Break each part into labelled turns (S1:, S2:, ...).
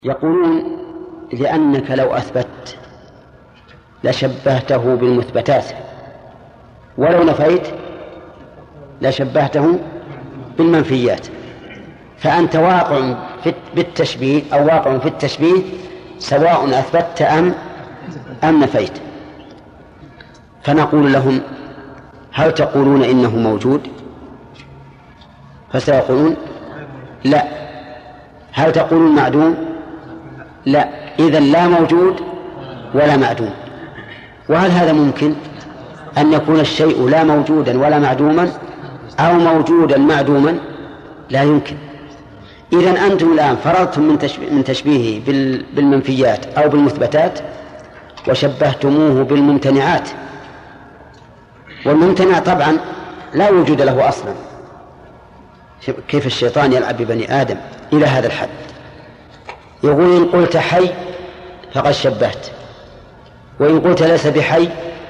S1: يقولون لأنك لو أثبت لشبهته بالمثبتات ولو نفيت لشبهته بالمنفيات، فأنت واقع بالتشبيه أو واقع في التشبيه سواء أثبتت أم نفيت. فنقول لهم: هل تقولون إنه موجود؟ فسيقولون: لا. هل تقولون معدوم؟ لا. إذن لا موجود ولا معدوم. وهل هذا ممكن أن يكون الشيء لا موجودا ولا معدوما أو موجودا معدوما؟ لا يمكن. إذن أنتم الآن فرضتم من تشبيهه بالمنفيات أو بالمثبتات وشبهتموه بالممتنعات، والممتنع طبعا لا وجود له أصلا. كيف الشيطان يلعب ببني آدم إلى هذا الحد؟ يقول: إن قلت حي فقد شبهت، وإن قلت ليس بحي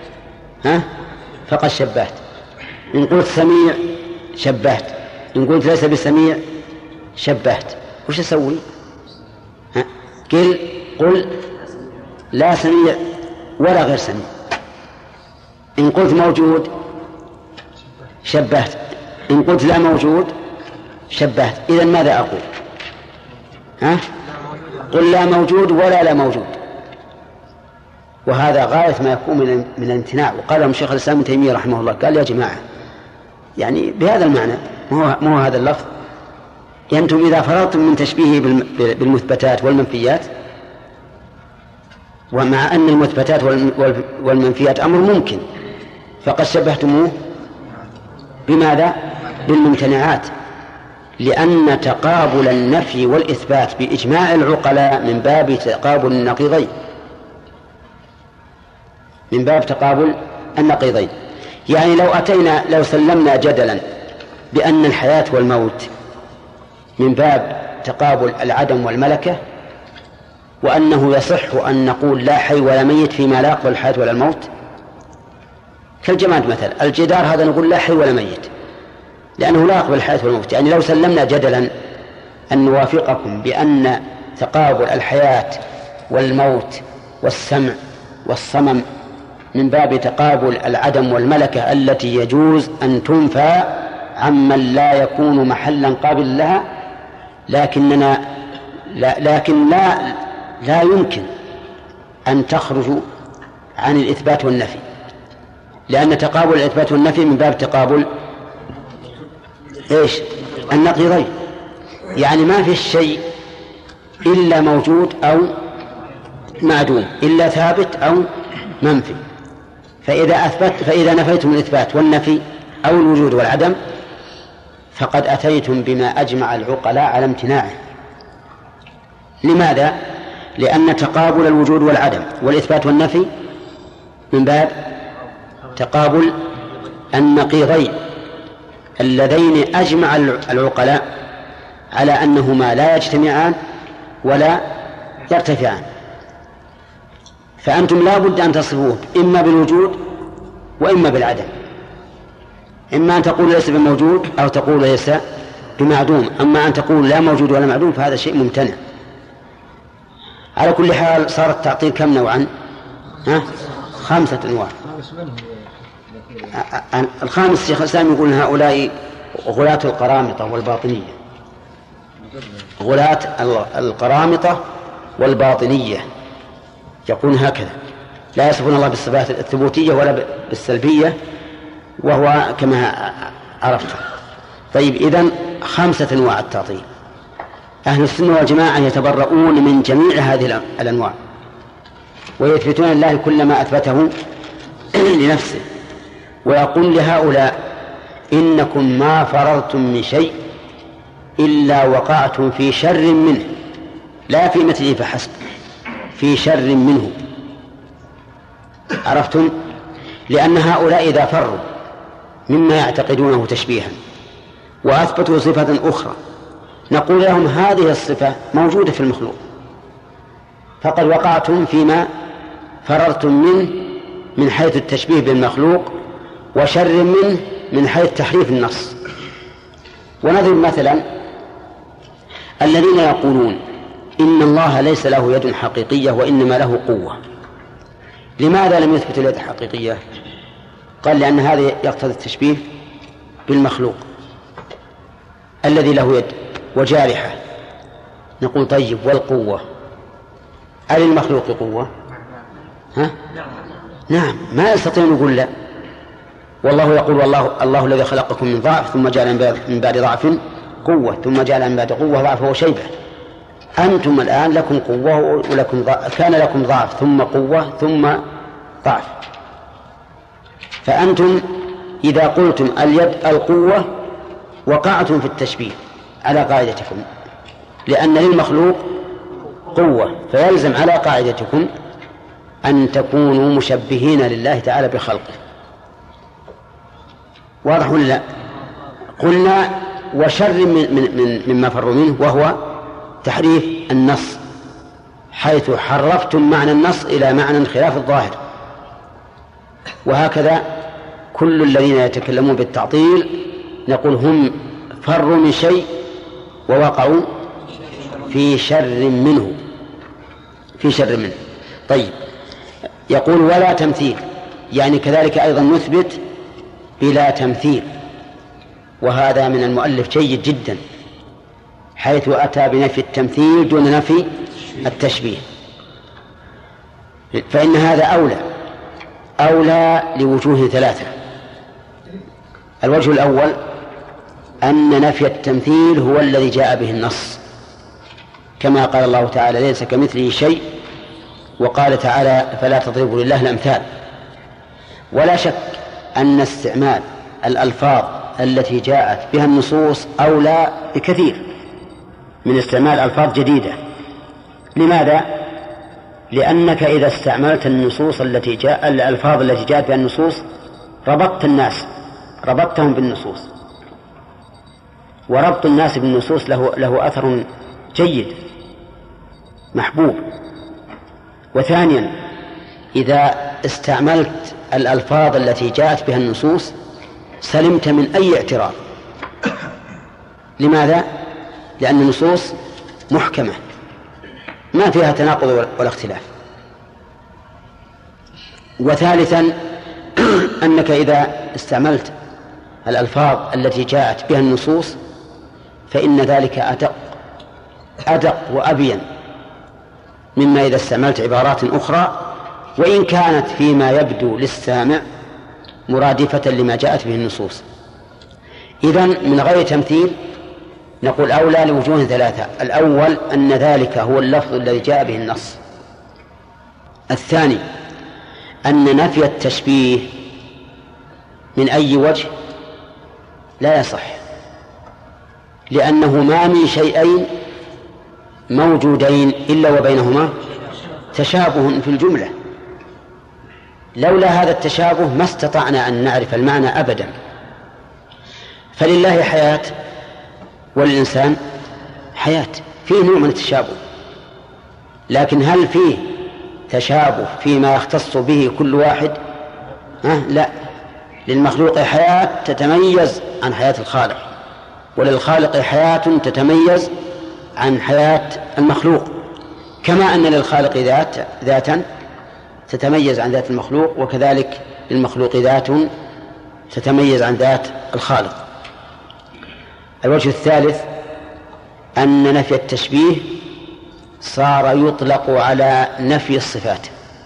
S1: فقد شبهت، إن قلت سميع شبهت، إن قلت ليس بسميع شبهت. وش أسوي؟ قل لا سميع ولا غير سميع. إن قلت موجود شبهت، إن قلت لا موجود شبهت. إذن ماذا أقول؟ قل لا موجود ولا لا موجود. وهذا غاية ما يكون من الامتناع. وقال لهم شيخ الإسلام ابن تيمية رحمه الله، قال: يا جماعة، يعني بهذا المعنى، مو هذا اللفظ، أنتم إذا فرضتم من تشبيهه بالمثبتات والمنفيات، ومع أن المثبتات والمنفيات أمر ممكن، فقد شبهتموه بماذا؟ بالممتنعات، لأن تقابل النفي والإثبات بإجماع العقلاء من باب تقابل النقيضين، من باب تقابل النقيضين. يعني لو سلمنا جدلا بأن الحياة والموت من باب تقابل العدم والملكة، وأنه يصح أن نقول لا حي ولا ميت فيما لا يقبل الحياة ولا الموت، كالجماد مثلا، الجدار هذا نقول لا حي ولا ميت لأنه لا يقبل الحياة والموت. يعني لو سلمنا جدلا أن نوافقكم بأن تقابل الحياة والموت والسمع والصمم من باب تقابل العدم والملكة التي يجوز أن تنفى عمن لا يكون محلا قابل لها، لكن لا يمكن أن تخرجوا عن الإثبات والنفي، لأن تقابل الإثبات والنفي من باب تقابل النقيضين. يعني ما في الشيء إلا موجود أو معدوم، إلا ثابت أو منفي. فإذا نفيتم الإثبات والنفي أو الوجود والعدم فقد أتيتم بما أجمع العقلاء على امتناعه. لماذا؟ لأن تقابل الوجود والعدم والإثبات والنفي من باب تقابل النقيضين اللذين أجمع العقلاء على أنهما لا يجتمعان ولا يرتفعان. فأنتم لا بد أن تصفوه إما بالوجود وإما بالعدم، إما أن تقول ليس بموجود أو تقول ليس بمعدوم. أما أن تقول لا موجود ولا معدوم فهذا شيء ممتنع. على كل حال صار التعطيل كم نوعا؟ 5 أنواع. الخامس شيخ الإسلام يقول: هؤلاء غلاة القرامطة والباطنية. غلاة القرامطة والباطنية يكون هكذا، لا يصفون الله بالصفات الثبوتية ولا بالسلبية، وهو كما عرفتم. طيب، إذن 5 أنواع التعطيل. أهل السنة والجماعة يتبرؤون من جميع هذه الأنواع ويثبتون لله كل ما أثبته لنفسه، ويقول لهؤلاء: إنكم ما فررتم من شيء إلا وقعتم في شر منه، لا في مثله فحسب، في شر منه. عرفتم؟ لأن هؤلاء إذا فروا مما يعتقدونه تشبيها وأثبتوا صفة أخرى نقول لهم: هذه الصفة موجودة في المخلوق، فقد وقعتم فيما فررتم منه من حيث التشبيه بالمخلوق، وشر منه من حيث تحريف النص. ونضرب مثلا الذين يقولون إن الله ليس له يد حقيقية وإنما له قوة. لماذا لم يثبت اليد الحقيقية؟ قال لأن هذا يقتضي التشبيه بالمخلوق الذي له يد وجارحة. نقول طيب والقوة، هل المخلوق قوة؟ نعم، ما يستطيع أن يقول لا. والله يقول الله الذي خلقكم من ضعف ثم جعل من بعد ضعف قوة ثم جعل من بعد قوة ضعف وشيبة. أنتم الآن لكم قوة ولكم كان لكم ضعف ثم قوة ثم ضعف. فأنتم إذا قلتم اليد القوة وقعتم في التشبيه على قاعدتكم، لأن للمخلوق قوة، فيلزم على قاعدتكم أن تكونوا مشبهين لله تعالى بخلقه. واضح ولا لا؟ قلنا وشر مما فروا منه، وهو تحريف النص، حيث حرفتم معنى النص إلى معنى خلاف الظاهر. وهكذا كل الذين يتكلمون بالتعطيل نقول هم فروا من شيء ووقعوا في شر منه، طيب، يقول ولا تمثيل، يعني كذلك أيضا نثبت بلا تمثيل، وهذا من المؤلف جيد جدا، حيث أتى بنفي التمثيل دون نفي التشبيه. فإن هذا أولى لوجوه ثلاثة. الوجه الأول أن نفي التمثيل هو الذي جاء به النص، كما قال الله تعالى ليس كمثله شيء، وقال تعالى فلا تضربوا لله الأمثال. ولا شك أن استعمال الألفاظ التي جاءت بها النصوص أولى بكثير من استعمال ألفاظ جديدة. لماذا؟ لأنك إذا استعملت الألفاظ التي جاءت بها النصوص ربطت الناس، ربطتهم بالنصوص، وربط الناس بالنصوص له أثر جيد محبوب. وثانيا إذا استعملت الألفاظ التي جاءت بها النصوص سلمت من أي اعتراض. لماذا؟ لأن النصوص محكمة ما فيها تناقض ولا اختلاف. وثالثا أنك إذا استعملت الألفاظ التي جاءت بها النصوص فإن ذلك أدق وأبين مما إذا استعملت عبارات أخرى، وإن كانت فيما يبدو للسامع مرادفة لما جاءت به النصوص. إذن من غير تمثيل نقول أولى لوجوه ثلاثة. الأول أن ذلك هو اللفظ الذي جاء به النص. الثاني أن نفي التشبيه من أي وجه لا يصح، لأنه ما من شيئين موجودين إلا وبينهما تشابه في الجملة. لولا هذا التشابه ما استطعنا أن نعرف المعنى أبدا. فلله حياة وللإنسان حياة، فيه نوع من التشابه، لكن هل فيه تشابه فيما يختص به كل واحد؟ لا. للمخلوق حياة تتميز عن حياة الخالق، وللخالق حياة تتميز عن حياة المخلوق، كما أن للخالق ذاتا تتميز عن ذات المخلوق، وكذلك للمخلوق ذات تتميز عن ذات الخالق. الوجه الثالث أن نفي التشبيه صار يطلق على نفي الصفات،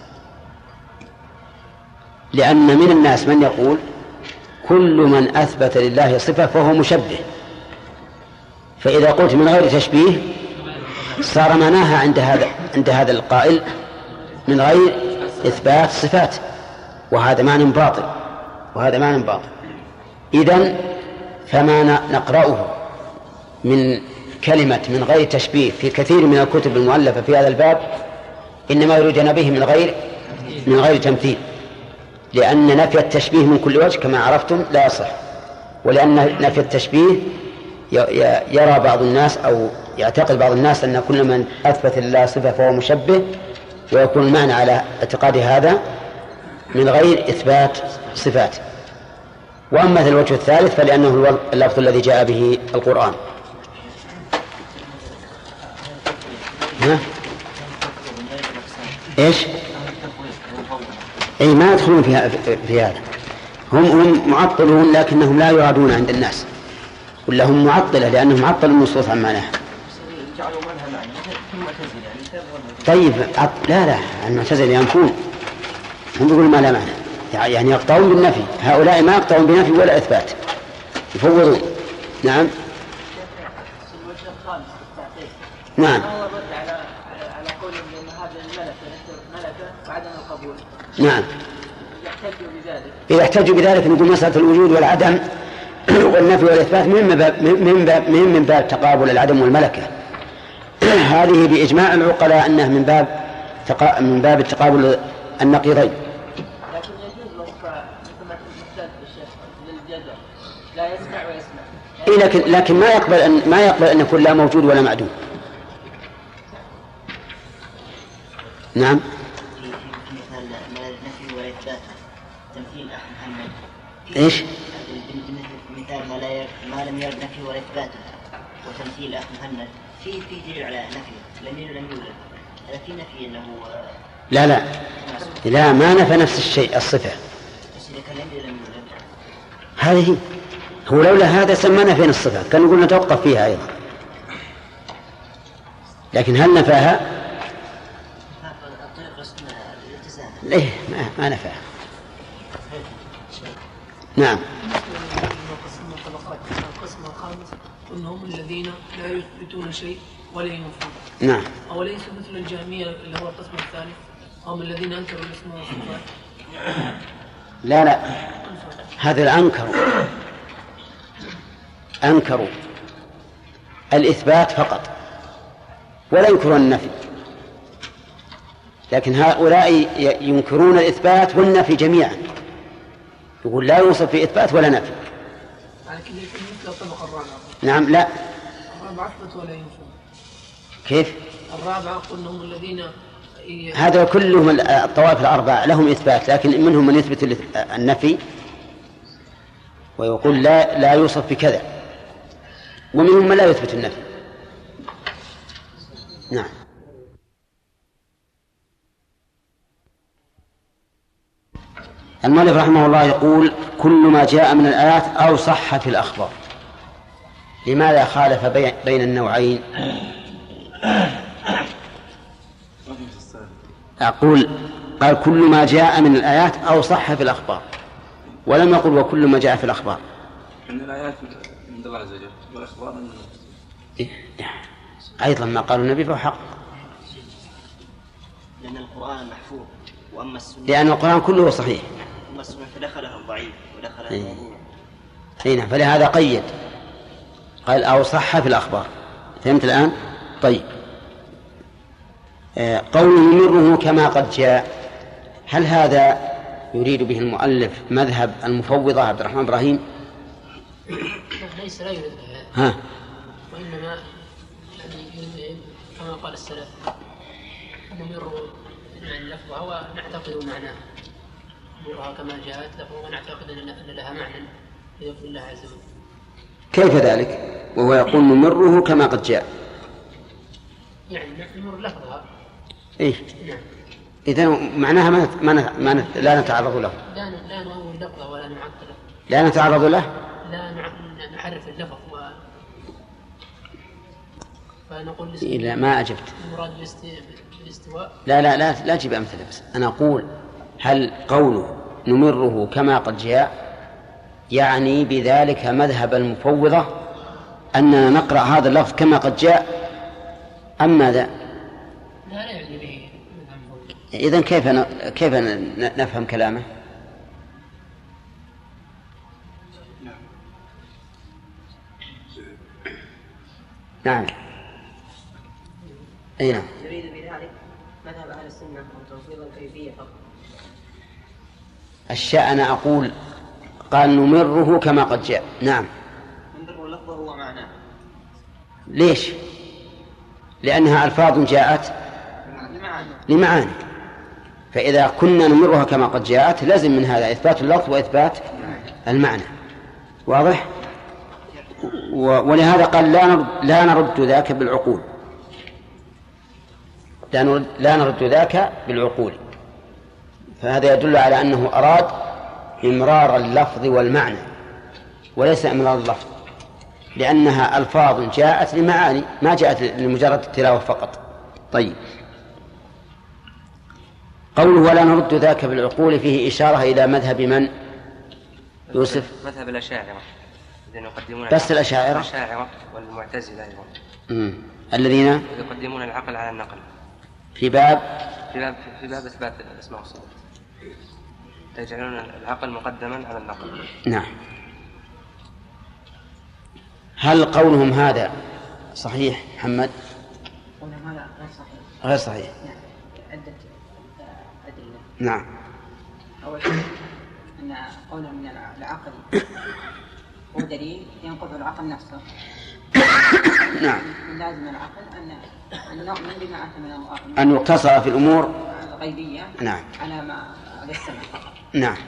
S1: لأن من الناس من يقول كل من أثبت لله صفة فهو مشبه، فإذا قلت من غير تشبيه صار معناها عند هذا القائل من غير إثبات صفات، وهذا معنى باطل. إذن فما نقرأه من كلمة من غير تشبيه في كثير من الكتب المؤلفة في هذا الباب إنما يريدون به من غير تمثيل، لأن نفي التشبيه من كل وجه كما عرفتم لا يصح، ولأن نفي التشبيه يرى بعض الناس أو يعتقد بعض الناس أن كل من أثبت لله صفة فهو مشبه، ويكون المعنى على اعتقاد هذا من غير إثبات صفات. وأما الوجه الثالث فلأنه هو اللفظ الذي جاء به القرآن. ها؟ إيش؟ أي ما يدخلون في هذا. هم معطلون لكنهم لا يرادون عند الناس، ولا هم معطلة لأنهم عطلوا النصوص عن معناها. طيب لا المعتزلة ينفون، هم يقولون ما لا معنى، يعني يقطعون بالنفي. هؤلاء ما يقطعون بنفي ولا إثبات، يفوضون. نعم نعم نعم. إذا احتجوا بذلك نقول مسألة الوجود والعدم والنفي والإثبات من باب تقابل العدم والملكة. هذه بإجماع العقلاء أنها من باب التقابل النقيضين.
S2: لكن يجوز وصف مثل الشيخ للجدل لا يسمع ويسمع.
S1: لكن ما يقبل أن يكون لا موجود ولا معدوم. نعم. إيش؟
S3: مثال ما لم يرد نفي ولا إثبات وتمثيل أخ مهند في دليل على نفي لم يولد. هذا في نفي أنه
S1: لا ما نفى نفس الشيء الصفة. هذه هو لولا هذا سمانا فين الصفة كان نقول نتوقف فيها أيضا، لكن هل نفاها؟ ليه ما نفاها. نعم.
S4: القسم الخامس أنهم الذين لا يثبتون شيء ولا ينفون.
S1: نعم.
S4: أوليس مثل الجهمية اللي هو القسم الثالث هم الذين أنكروا الاسم والصفات.
S1: لا هذا أنكروا الإثبات فقط ولا ينكرون النفي، لكن هؤلاء ينكرون الإثبات والنفي جميعا، يقول لا يوصف في إثبات ولا نفي. نعم. لا
S4: الرابعة أثبت ولا ينفون.
S1: كيف؟
S4: الرابعة قلنا هم الذين
S1: هذا كلهم الطوائف الأربعة لهم إثبات، لكن منهم من يثبت النفي ويقول لا يوصف بكذا، ومنهم من لا يثبت النفي. نعم. المؤلف رحمه الله يقول كل ما جاء من الآيات أو صح في الأخبار. لماذا خالف بين النوعين؟ قال كل ما جاء من الآيات أو صح في الأخبار، ولم يقل وكل ما جاء في الأخبار.
S5: من الآيات من الله عز وجل والأخبار من
S1: أيضا ما قالوا النبي فهو حق،
S3: لأن القرآن محفوظ وأما السنة
S1: لأن القرآن كله صحيح،
S3: أما السنة فدخلها الضعيف ودخلها الموضوع.
S1: هنا فلهذا قيد قال أو صح في الأخبار. فهمت الآن؟ طيب. قوله مره كما قد جاء، هل هذا يريد به المؤلف مذهب المفوضة عبد الرحمن إبراهيم؟
S4: ليس لا يريد
S1: ها،
S4: وإنما يريد كما قال السلف نمر يعني لفظها ونعتقد معناها، نمرها كما جاءت لفظها ونعتقد أن لها معنى يقول الله عز وجل.
S1: كيف ذلك وهو يقول نمره كما قد جاء؟
S4: يعني نمر لفظها.
S1: إيه؟
S4: نعم.
S1: إذا معناها لا نتعرض له.
S4: لا نؤول لفظه ولا نعطله.
S1: لا نتعرض له.
S4: لا نحرف اللفظ فنقول
S1: لا ما أجبت.
S4: المراد بالاستواء.
S1: لا تجيب أمثلة بس. أنا أقول هل قوله نمره كما قد جاء يعني بذلك مذهب المفوضة أننا نقرأ هذا اللفظ كما قد جاء أم ماذا؟
S4: لا يعني به.
S1: إذن كيف نفهم كلامه؟ نعم. أي نعم.
S3: يريد بذلك مذهب أهل السنة وتوفيض الكيفية فقط.
S1: الشاء أنا أقول قال نمره كما قد جاء. نعم.
S3: نمر لفظه ومعناه.
S1: ليش؟ لأنها ألفاظ جاءت لمعاني، فإذا كنا نمرها كما قد جاءت لازم من هذا إثبات اللفظ وإثبات المعنى. واضح؟ ولهذا قال لا نرد ذاك بالعقول. لا نرد ذاك بالعقول. فهذا يدل على أنه أراد إمرار اللفظ والمعنى وليس إمرار اللفظ، لأنها ألفاظ جاءت لمعاني ما جاءت لمجرد التلاوة فقط. طيب، قوله ولا نرد ذاك بالعقول فيه إشارة إلى مذهب من؟ يوسف؟
S6: مذهب الأشاعرة،
S1: بس الأشاعرة
S6: والمعتزلة أيضا
S1: الذين
S6: يقدمون العقل على النقل
S1: في باب
S6: إثبات الأسماء والصفات، يجعلون العقل مقدما على النقل.
S1: نعم. هل قولهم هذا صحيح محمد؟
S7: قولهم هذا غير صحيح.
S1: غير صحيح.
S7: عدة أدلة.
S1: نعم.
S7: أول شيء أن قولهم من العقل هو دليل ينقض العقل نفسه.
S1: نعم.
S7: من لازم العقل أن نؤمن بما أتى من الله،
S1: أن يقتصر في الأمور
S7: الغيبية
S1: نعم
S7: على ما السمع.
S1: نعم.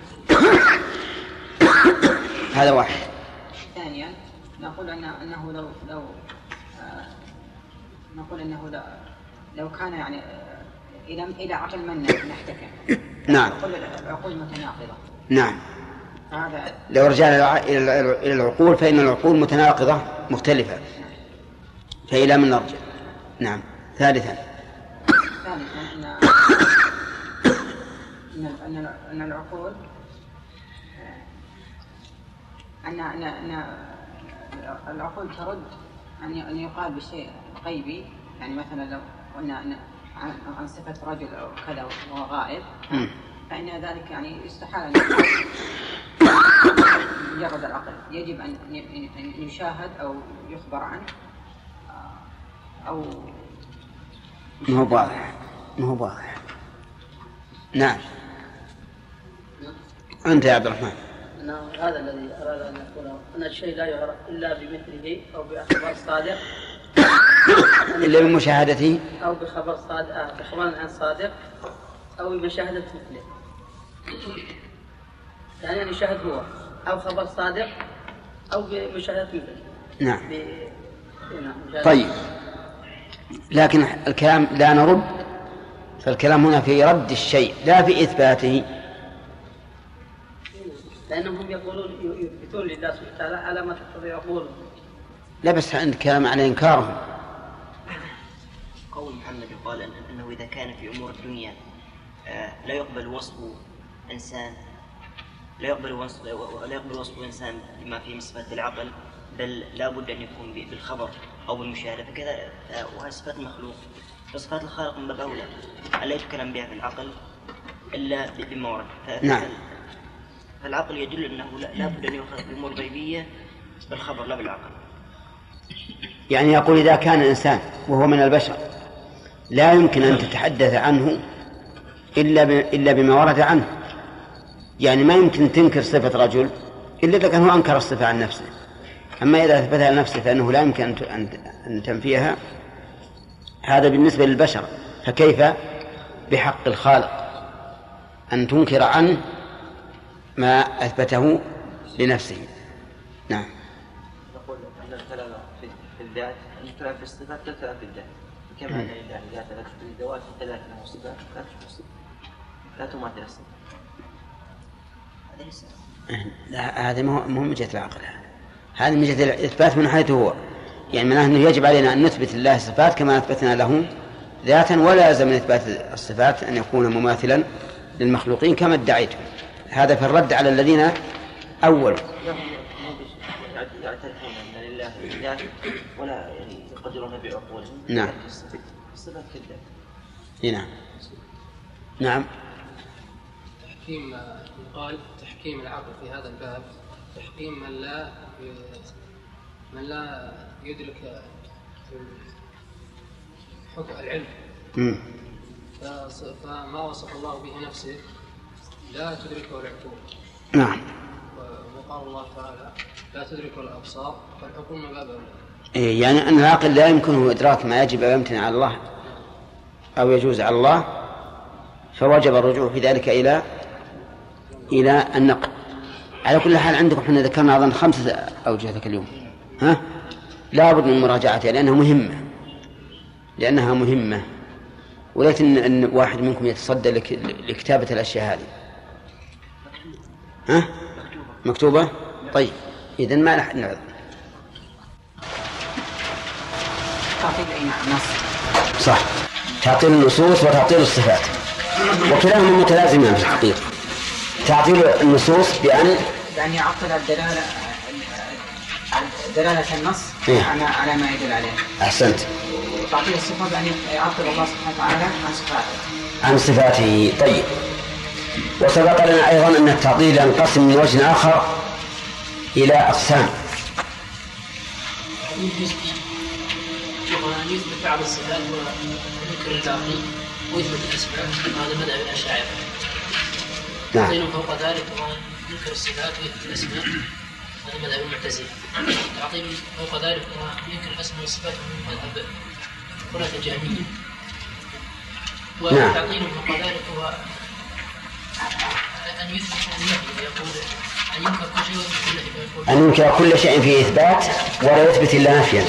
S1: هذا واحد.
S7: ثانيا نقول أنه لو كان يعني إلى عقل من نحتكم.
S1: نعم.
S7: نقول العقول متناقضة.
S1: نعم.
S7: هذا
S1: لو رجعنا إلى العقول فإن العقول متناقضة مختلفة، فإلى من نرجع؟ نعم. ثالثا
S7: أن العقول أن العقول ترد أن يقال بشيء غيبي، يعني مثلا لو قلنا عن صفة رجل أو كذا وهو غائب، فإن ذلك يعني يستحال أن مجرد العقل، يجب أن يشاهد أو يخبر عنه أو
S1: ما هو واضح. نعم. أنت يا عبد الرحمن.
S2: هذا الذي أراد أن يقوله، أن الشيء لا يعرف إلا بمثله أو بأخبار صادق
S1: إلا بمشاهدته
S2: أو بخبر صادق، بخبر عن صادق أو بمشاهدة مثله، يعني أن يشاهد هو أو خبر صادق أو بمشاهدة مثله.
S1: نعم. طيب، لكن الكلام لا نرد، فالكلام هنا في رد الشيء لا في إثباته،
S2: لأنهم يقولون يثبتون لله سبحانه وتعالى على ما تقتضي عقولهم.
S1: لا بس الكلام على إنكارهم.
S3: قول محمد يقال أنه إذا كان في أمور الدنيا لا يقبل وصف إنسان بما فيه من صفات العقل، بل لا بد أن يكون بالخبر أو بالمشاهدة، فكذا وهي صفات المخلوق، فصفات الخالق من باب أولى ألا يتكلم بها في العقل إلا بما ورد.
S1: نعم.
S3: فالعقل يدل أنه لا بد أن يؤخذ بالأمور الغيبية بالخبر لا بالعقل.
S1: يعني يقول إذا كان الإنسان وهو من البشر لا يمكن أن تتحدث عنه إلا بما ورد عنه، يعني ما يمكن تنكر صفة رجل إلا إذا كان هو أنكر الصفة عن نفسه، أما إذا أثبتها لنفسه فإنه لا يمكن أن تنفيها. هذا بالنسبة للبشر، فكيف بحق الخالق أن تنكر عنه ما أثبته لنفسه؟ نعم.
S5: نقول أن الكلام في الذات، الكلام في الصفات كالكلام في الذات، كما أن لله ذات الذوات كذلك له صفات لا تماثل الصفات.
S1: لا، هذا مو من جهة العقل، هذا من جهة الإثبات من حيث هو، يعني معناه أنه يجب علينا أن نثبت الله الصفات كما أثبتنا له ذاتا، ولا يلزم من إثبات الصفات أن يكون مماثلا للمخلوقين كما ادعيتم. هذا في الرد على الذين أولوا
S5: يعترفون أن لله ذات ولا يقدرون بعقولهم.
S1: نعم.
S5: الصفات كذلك.
S1: نعم. نعم.
S4: تحكيم يقال تحكيم العقل في هذا الباب تحكيم من لا يدرك حكم العلم، فما وصف الله به نفسه لا تدركه العقول.
S1: نعم.
S4: وقال الله تعالى لا تدركه الأبصار فالحكم من باب أولى.
S1: يعني أن العقل لا يمكنه إدراك ما يجب أن يمتنع على الله أو يجوز على الله، فوجب الرجوع في ذلك إلى النقل. على كل حال عندكم احنا ذكرنا أظن 5 أوجه ذاك اليوم، لا بد من مراجعتها لأنها مهمة. وليت إن واحد منكم يتصدى لكتابة الأشياء هذه. ها؟ مكتوبة؟ طيب إذن ما نحن نعرض. صح، تعطيل النصوص وتعطيل الصفات وكلاهما متلازمان في الحقيقة. تعطيل النصوص بأن
S7: يعطل دلالة النص على ما يدل عليه.
S1: أحسنت.
S7: تعطيل الصفات بأن يعطل الله سبحانه وتعالى عن
S1: صفاته. طيب، وسبق لنا أيضا أن التعطيل ينقسم من وجه آخر إلى أقسام.
S4: يثبت بعض الصفات وينكر الباقي ويثبت الأسماء، هذا مذهب الأشاعرة. تعطيل فوق ذلك وينكر الصفات ويثبت الأسماء، هذا مذهب المعتزلة. تعطيل فوق ذلك وينكر الأسماء والصفات هو مذهب غلاة الجهمية. وتعطيل فوق ذلك هو أن يثبت النفي، يقول أن ينكر كل شيء ويثبت النفي،
S1: أن ينكر كل شيء فيه إثبات ولا يثبت إلا نفيا.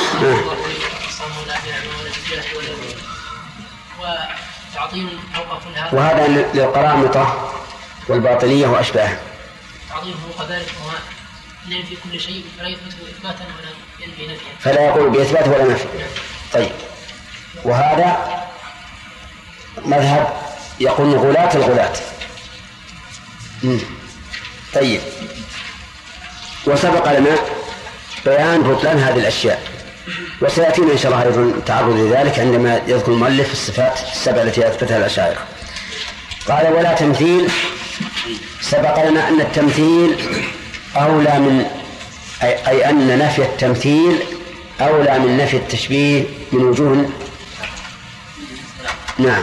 S1: وهذا للقرامطة والباطنية وأشباههم.
S4: تعطيل فوق ذلك هو أن ينفي كل شيء فلا يثبت إثباتا ولا ينفي نفيا،
S1: فلا يقول بإثبات ولا نفي. طيب، وهذا مذهب يقول غلاة الغلاة. طيب، وسبق لنا بيان بطلان هذه الأشياء، وسيأتينا إن شاء الله أيضا تعرض لذلك عندما يذكر المؤلف الصفات السبع التي أثبتها الأشاعرة. قال ولا تمثيل. سبق لنا أن التمثيل أولى من أي أن نفي التمثيل أولى من نفي التشبيه من وجوه. نعم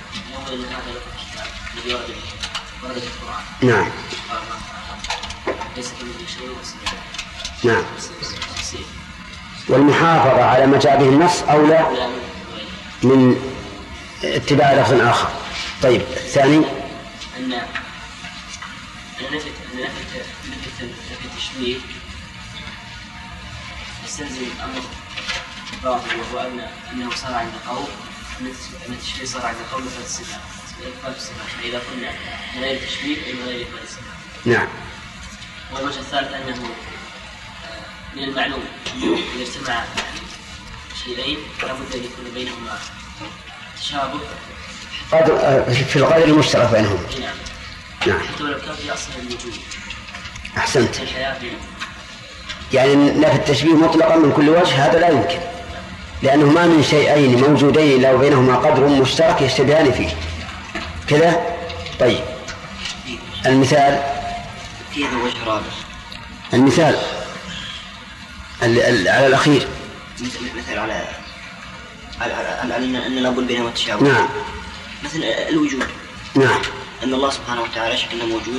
S1: نعم نعم. والمحافظة على ما جاء به النص أولى من اتباع لفظ آخر. طيب، الثاني
S8: أن نفي التشبيه يستلزم أمر باطل، وهو أنه صار عند قوم أن التشبيه صار عند قوم إثبات الصفات. فإذا قلنا من غير التشبيه أي من غير إثبات الصفات.
S1: نعم.
S8: والوجه الثالث أنه من المعلوم إذا اجتمع شيئين لابد أن يكون بينهما تشابه
S1: في القدر المشترك بينهم.
S8: نعم. حتى ولو كان في أصل الوجود.
S1: أحسنت. يعني نفي التشبيه مطلقا من كل وجه هذا لا يمكن، لأنه ما من شيئين موجودين لو بينهما قدر مشترك يشتبهان فيه كذا. طيب، المثال
S3: فيه وجه رابع.
S1: المثال على الأخير
S3: مثل على أن نقول بينهما التشابه.
S1: نعم.
S3: مثل الوجود.
S1: نعم.
S3: أن الله سبحانه وتعالى شك أنه موجود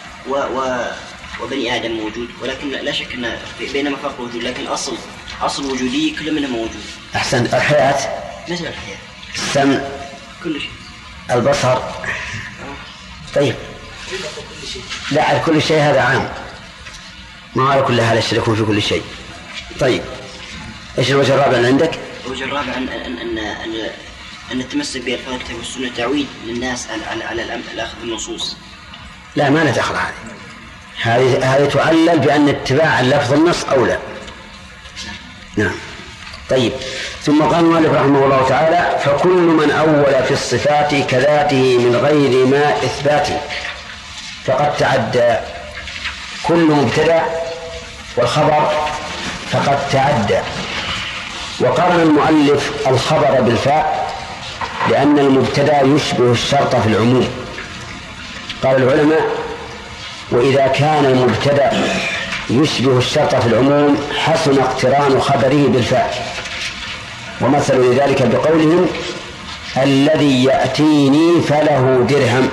S3: وبني آدم موجود، ولكن لا شك أن بينما فرق وجود، لكن أصل وجودي كل منهم موجود.
S1: أحسن. الحياة
S3: مثل الحياة،
S1: السمع،
S3: كل شيء،
S1: البصر. طيب، لا على كل شيء هذا عام، ما على كل هذا يشتركون في كل شيء. طيب، ايش الوجه الرابع اللي عندك؟
S3: الوجه الرابع أن التمسك بالفقه والسنة تعويد للناس على الأخذ بالنصوص.
S1: لا، ما ندخل هذه تعلل بأن اتباع اللفظ النص أولى. نعم. طيب، ثم قال المؤلف رحمه الله تعالى فكل من أول في الصفات كذاته من غير ما إثباته فقد تعدى. كل مبتدأ والخبر فقد تعدى. وقارن المؤلف الخبر بالفاء لأن المبتدأ يشبه الشرط في العموم. قال العلماء وإذا كان المبتدأ يشبه الشرط في العموم حسن اقتران خبره بالفاء. ومثل لذلك بقولهم الذي يأتيني فله درهم.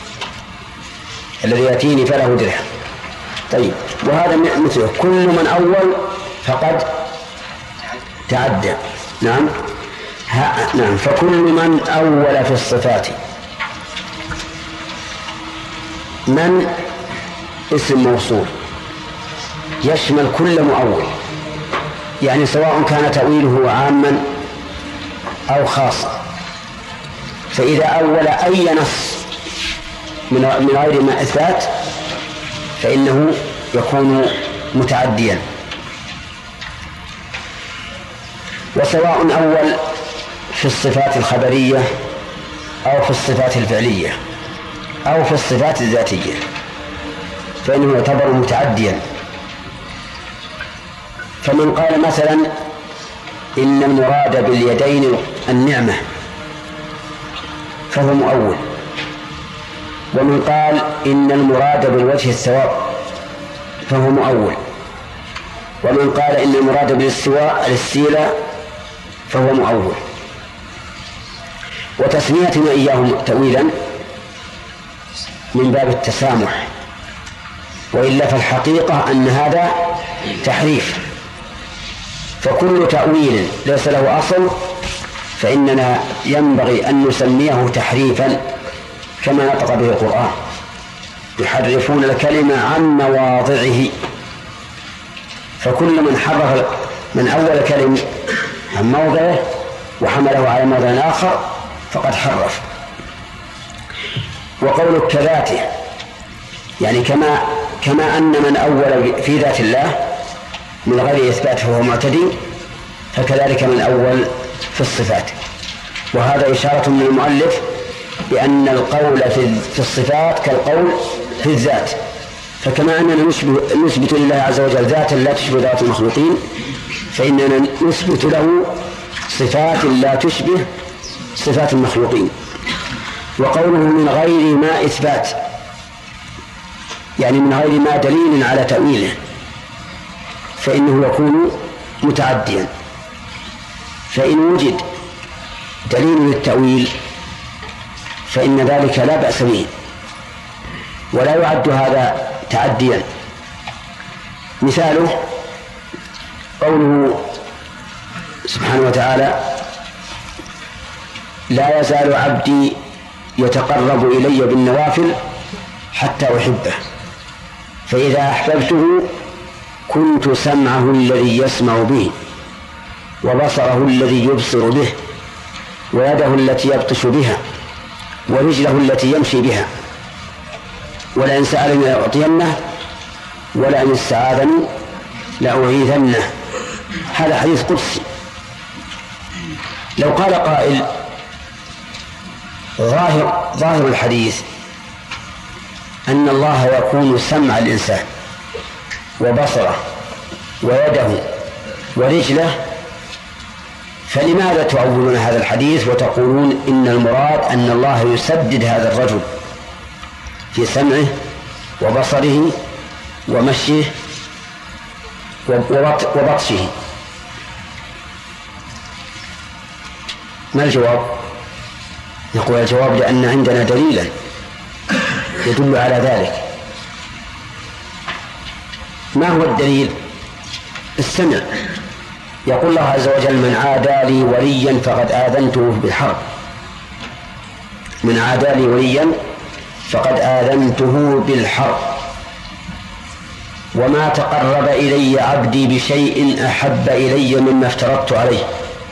S1: الذي يأتيني فله درهم. طيب، وهذا مثله كل من أول فقد تعدى. نعم. نعم. فكل من أول في الصفات. من اسم موصول يشمل كل مؤول، يعني سواء كان تأويله عاما أو خاصا. فإذا أول أي نص من غير ما إثبات فإنه يكون متعديا. وسواء أول في الصفات الخبرية أو في الصفات الفعلية أو في الصفات الذاتية فإنه يعتبر متعديا. فمن قال مثلا إن المراد باليدين النعمة فهو مؤول، ومن قال إن المراد بالوجه الثواب فهو مؤول، ومن قال إن المراد بالاستواء الاستيلاء فهو مؤول. وتسميتنا إياهم تأويلا من باب التسامح، وإلا فالحقيقة أن هذا تحريف. فكل تأويل ليس له أصل فإننا ينبغي أن نسميه تحريفا كما نطق به القرآن، يحرفون الكلمة عن مواضعه. فكل من حرف من أول كلمة عن موضعه وحمله على موضع آخر فقد حرف. وقولك كذاته يعني كما أن من أول في ذات الله من غير إثبات فهو معتدي، فكذلك من أول في الصفات. وهذا إشارة من المؤلف بأن القول في الصفات كالقول في الذات. فكما أننا نثبت لله عز وجل ذاتا لا تشبه ذات المخلوقين فإننا نثبت له صفات لا تشبه صفات المخلوقين. وقوله من غير ما إثبات يعني من غير ما دليل على تأويله فإنه يكون متعديا. فإن وجد دليل للتأويل فإن ذلك لا بأس به ولا يعد هذا تعديا. مثاله قوله سبحانه وتعالى لا يزال عبدي يتقرب إلي بالنوافل حتى أحبه فإذا أحببته كنت سمعه الذي يسمع به وبصره الذي يبصر به ويده التي يبطش بها ورجله التي يمشي بها ولئن سألني لأعطينه ولئن استعاذني لأعيذنه. هذا حديث قدسي. لو قال قائل ظاهر الحديث أن الله يكون سمع الإنسان وبصره ويده ورجله فلماذا تؤولون هذا الحديث وتقولون إن المراد أن الله يسدد هذا الرجل في سمعه وبصره ومشيه وبطشه؟ ما الجواب؟ نقول الجواب لأن عندنا دليلا يدل على ذلك. ما هو الدليل؟ السمع. يقول الله عز وجل من عادى لي وليا فقد آذنته بالحرب. من عادى لي وليا فقد آذنته بالحرب وما تقرب إلي عبدي بشيء أحب إلي مما افترضت عليه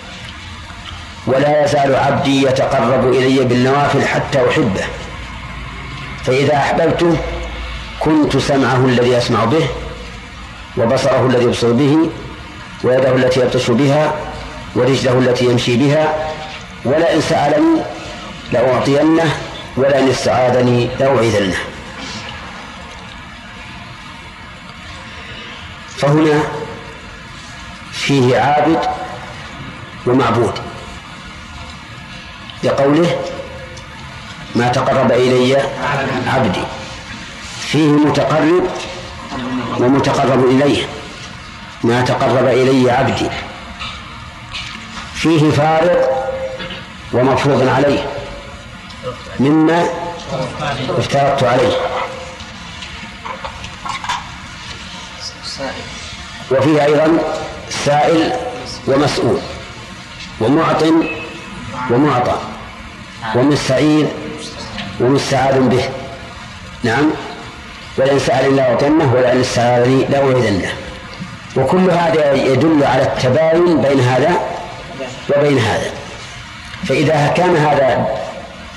S1: ولا يزال عبدي يتقرب إلي بالنوافل حتى أحبه فإذا أحببته كنت سمعه الذي يسمع به وبصره الذي يبصر به ويده التي يبطش بها ورجله التي يمشي بها ولئن سألني لأعطينه ولئن استعاذني لأعيذنه. فهنا فيه عابد ومعبود لقوله ما تقرب إلي عبدي، فيه متقرب ومتقرب إليه. ما تقرب إلي عبدي فيه فارق ومفروض عليه مما افترضت عليه. وفيه أيضا سائل ومسؤول ومعط ومعطى ومستعين ومستعاذ به. نعم. ولئن سألني لأعطينه ولئن استعاذني لأعيذنه. وكل هذا يدل على التباين بين هذا وبين هذا. فإذا كان هذا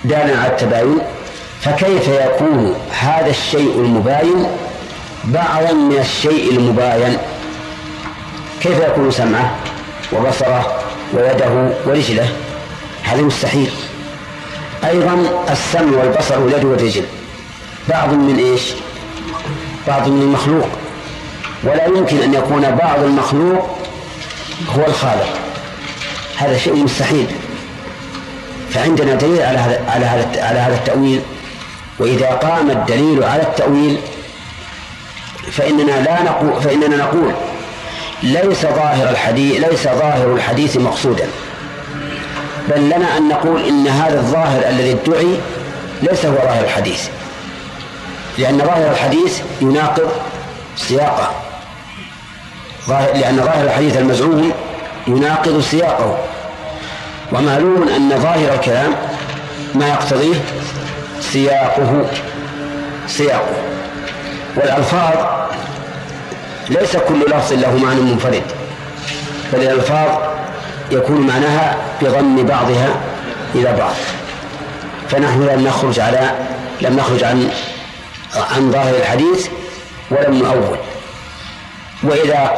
S1: دالا على التباين، فكيف يكون هذا الشيء المباين بعضا من الشيء المباين؟ كيف يكون سمعه وبصره ويده ورجله؟ هذا مستحيل. أيضا السمع والبصر واليد والرجل بعض من إيش؟ بعض من المخلوق، ولا يمكن أن يكون بعض المخلوق هو الخالق، هذا شيء مستحيل. فعندنا دليل على هذا التأويل، وإذا قام الدليل على التأويل فإننا نقول ليس ظاهر الحديث مقصودا، بل لنا أن نقول إن هذا الظاهر الذي ادعي ليس هو ظاهر الحديث، لأن ظاهر الحديث يناقض سياقه، لأن ظاهر الحديث المزعوم يناقض سياقه، ومعلوم أن ظاهر الكلام ما يقتضيه سياقه. والألفاظ ليس كل لفظ له معنى منفرد، بل الألفاظ يكون معناها بضم بعضها إلى بعض. فنحن لم نخرج عن ظاهر الحديث ولم نؤول. وإذا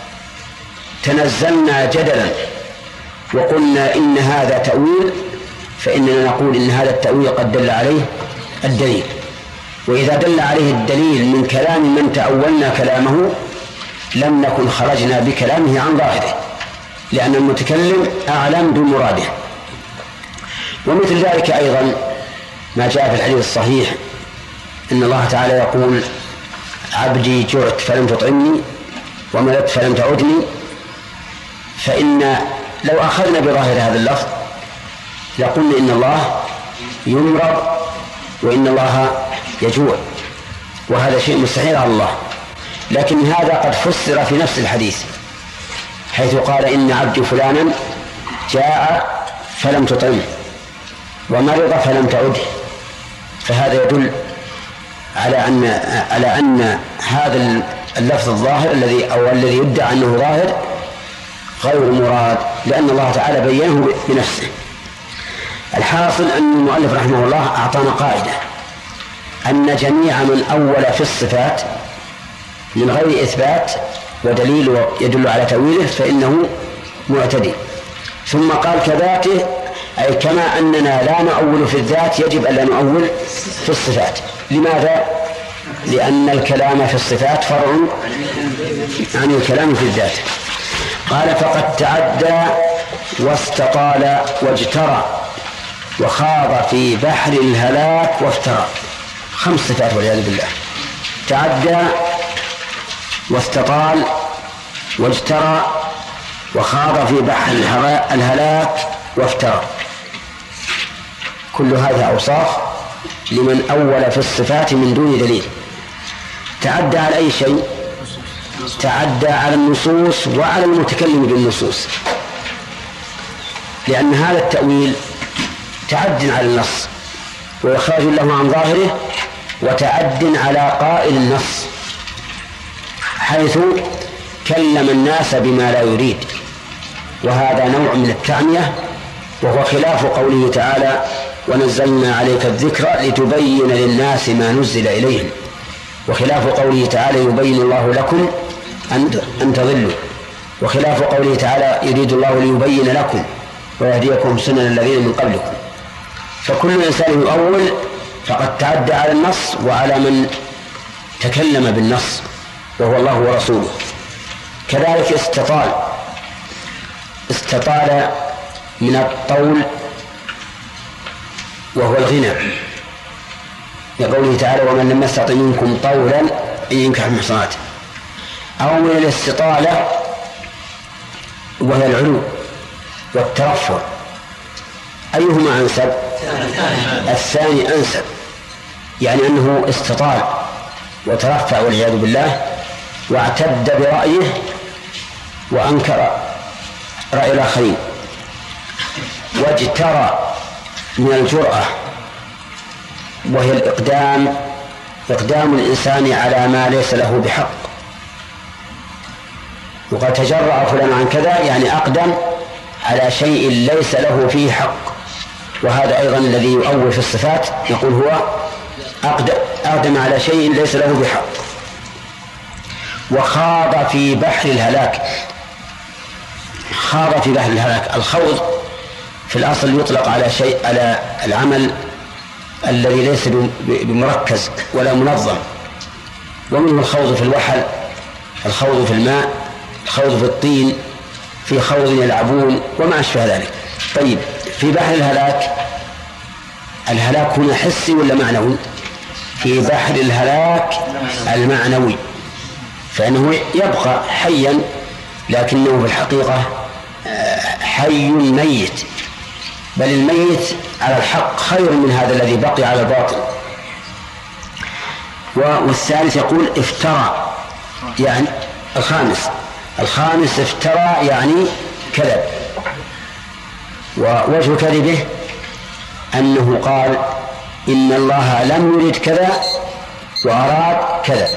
S1: تنزلنا جدلا وقلنا إن هذا تأويل فإننا نقول إن هذا التأويل قد دل عليه الدليل، وإذا دل عليه الدليل من كلام من تأولنا كلامه لم نكن خرجنا بكلامه عن ظاهره، لأن المتكلم أعلم بمراده. ومثل ذلك أيضا ما جاء في الحديث الصحيح إن الله تعالى يقول: عبدي جعت فلم تطعمني وملت فلم تعدني. فإن لو أخذنا بظاهر هذا اللفظ لقلنا إن الله يمرض وإن الله يجوع، وهذا شيء مستحيل على الله. لكن هذا قد فسر في نفس الحديث، حيث قال: إن عبدي فلانا جاع فلم تطعمه ومرض فلم تعده. فهذا يدل على أن هذا اللفظ الظاهر الذي يدعى أنه ظاهر غير مراد، لأن الله تعالى بينه بنفسه. الحاصل أن المؤلف رحمه الله أعطانا قاعدة أن جميع من أول في الصفات من غير إثبات ودليل يدل على تأويله فإنه معتدي. ثم قال كذاته، أي كما أننا لا نؤول في الذات يجب أن لا نؤول في الصفات. لماذا؟ لأن الكلام في الصفات فرع عن الكلام في الذات. قال: فقد تعدى واستطال واجترى وخاض في بحر الهلاك وافترى. 5 صفات والعياذ بالله: تعدى واستطال واجترى وخاض في بحر الهلاك وافترى. كل هذه أوصاف لمن أول في الصفات من دون دليل. تعدى على أي شيء؟ تعدى على النصوص وعلى المتكلم بالنصوص، لأن هذا التأويل تعد على النص وإخراج له عن ظاهره، وتعد على قائل النص حيث كلم الناس بما لا يريد، وهذا نوع من التعمية، وهو خلاف قوله تعالى: ونزلنا عليك الذكر لتبين للناس ما نزل إليهم، وخلاف قوله تعالى: يبين الله لكم أن تضلوا، وخلاف قوله تعالى: يريد الله ليبين لكم ويهديكم سنن الذين من قبلكم. فكل إنسان يؤول فقد تعدى على النص وعلى من تكلم بالنص وهو الله ورسوله. كذلك استطال من الطول وهو الغنى، لقوله تعالى: ومن لم يستطع منكم طولا أن ينكح المحصنات. أو من الاستطالة وهي العلو والترفع. أيهما أنسب؟ الثاني أنسب، يعني أنه استطال وترفع والعياذ بالله، واعتد برأيه وأنكر رأي الآخرين. واجترى من الجرأة وهي إقدام الإنسان على ما ليس له بحق. وقد تجرأ فلان عن كذا، يعني أقدم على شيء ليس له فيه حق. وهذا أيضا الذي يؤول في الصفات، يقول هو أقدم على شيء ليس له بحق. وخاض في بحر الهلاك. خاض في بحر الهلاك. الخوض في الأصل يطلق على شيء، على العمل الذي ليس بمركز ولا منظم، ومنه الخوض في الوحل، الخوض في الماء، الخوض في الطين، في خوض يلعبون وما أشبه ذلك. طيب، في بحر الهلاك، الهلاك هنا حسي ولا معنوي؟ في بحر الهلاك المعنوي، فإنه يبقى حيا لكنه في الحقيقة حي ميت، بل الميت على الحق خير من هذا الذي بقي على الباطل. والثالث يقول افترى، يعني الخامس افترى يعني كذب. ووجه كذبه أنه قال إن الله لم يرد كذا وأراد كذا،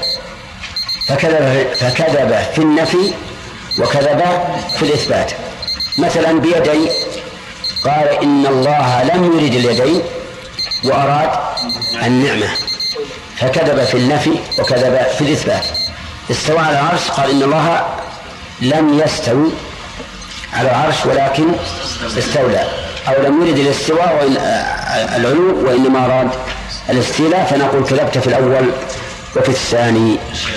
S1: فكذب في النفي وكذب في الإثبات. مثلا بيدي، قال إن الله لم يرد اليدين وأراد النعمة، فكذب في النفي وكذب في الإثبات. استوى على العرش، قال إن الله لم يستوي على العرش ولكن استولى، أو لم يرد الاستواء العلو وإنما أراد الاستيلاء، فنقول كذبت في الأول وفي الثاني.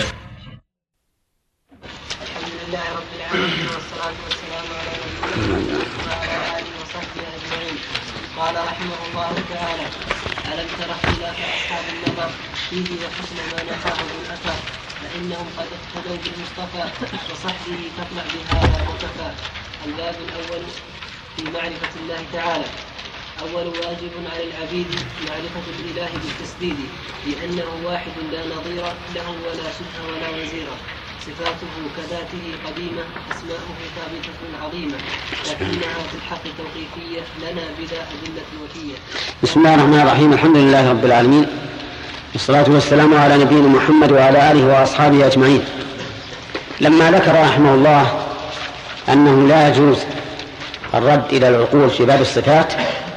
S4: الحمد لله رب العالمين، والصلاة والسلام على نبينا محمد وعلى آله وصحبه أجمعين. قال رحمه الله تعالى: ألم تر اختلاف أصحاب النظر فيه وحسن ما نفاه بالأثر، فإنهم قد اقتدوا بالمصطفى وصحبه فاطلع بهذا وكفى. الباب الأول في معرفة الله تعالى. أول واجب على العبيد معرفة الإله بالتسديد، لأنه واحد لا نظير له ولا شبه ولا وزير. صفاته كذاته قديمة، أسماؤه ثابتة عظيمة، لكنها في الحق توقيفية لنا بلا أدلة وفية.
S1: بسم الله الرحمن الرحيم. الحمد لله رب العالمين، والصلاة والسلام على نبينا محمد وعلى آله وأصحابه أجمعين. لما ذكر رحمه الله أنه لا يجوز الرد إلى العقول في باب الصفات،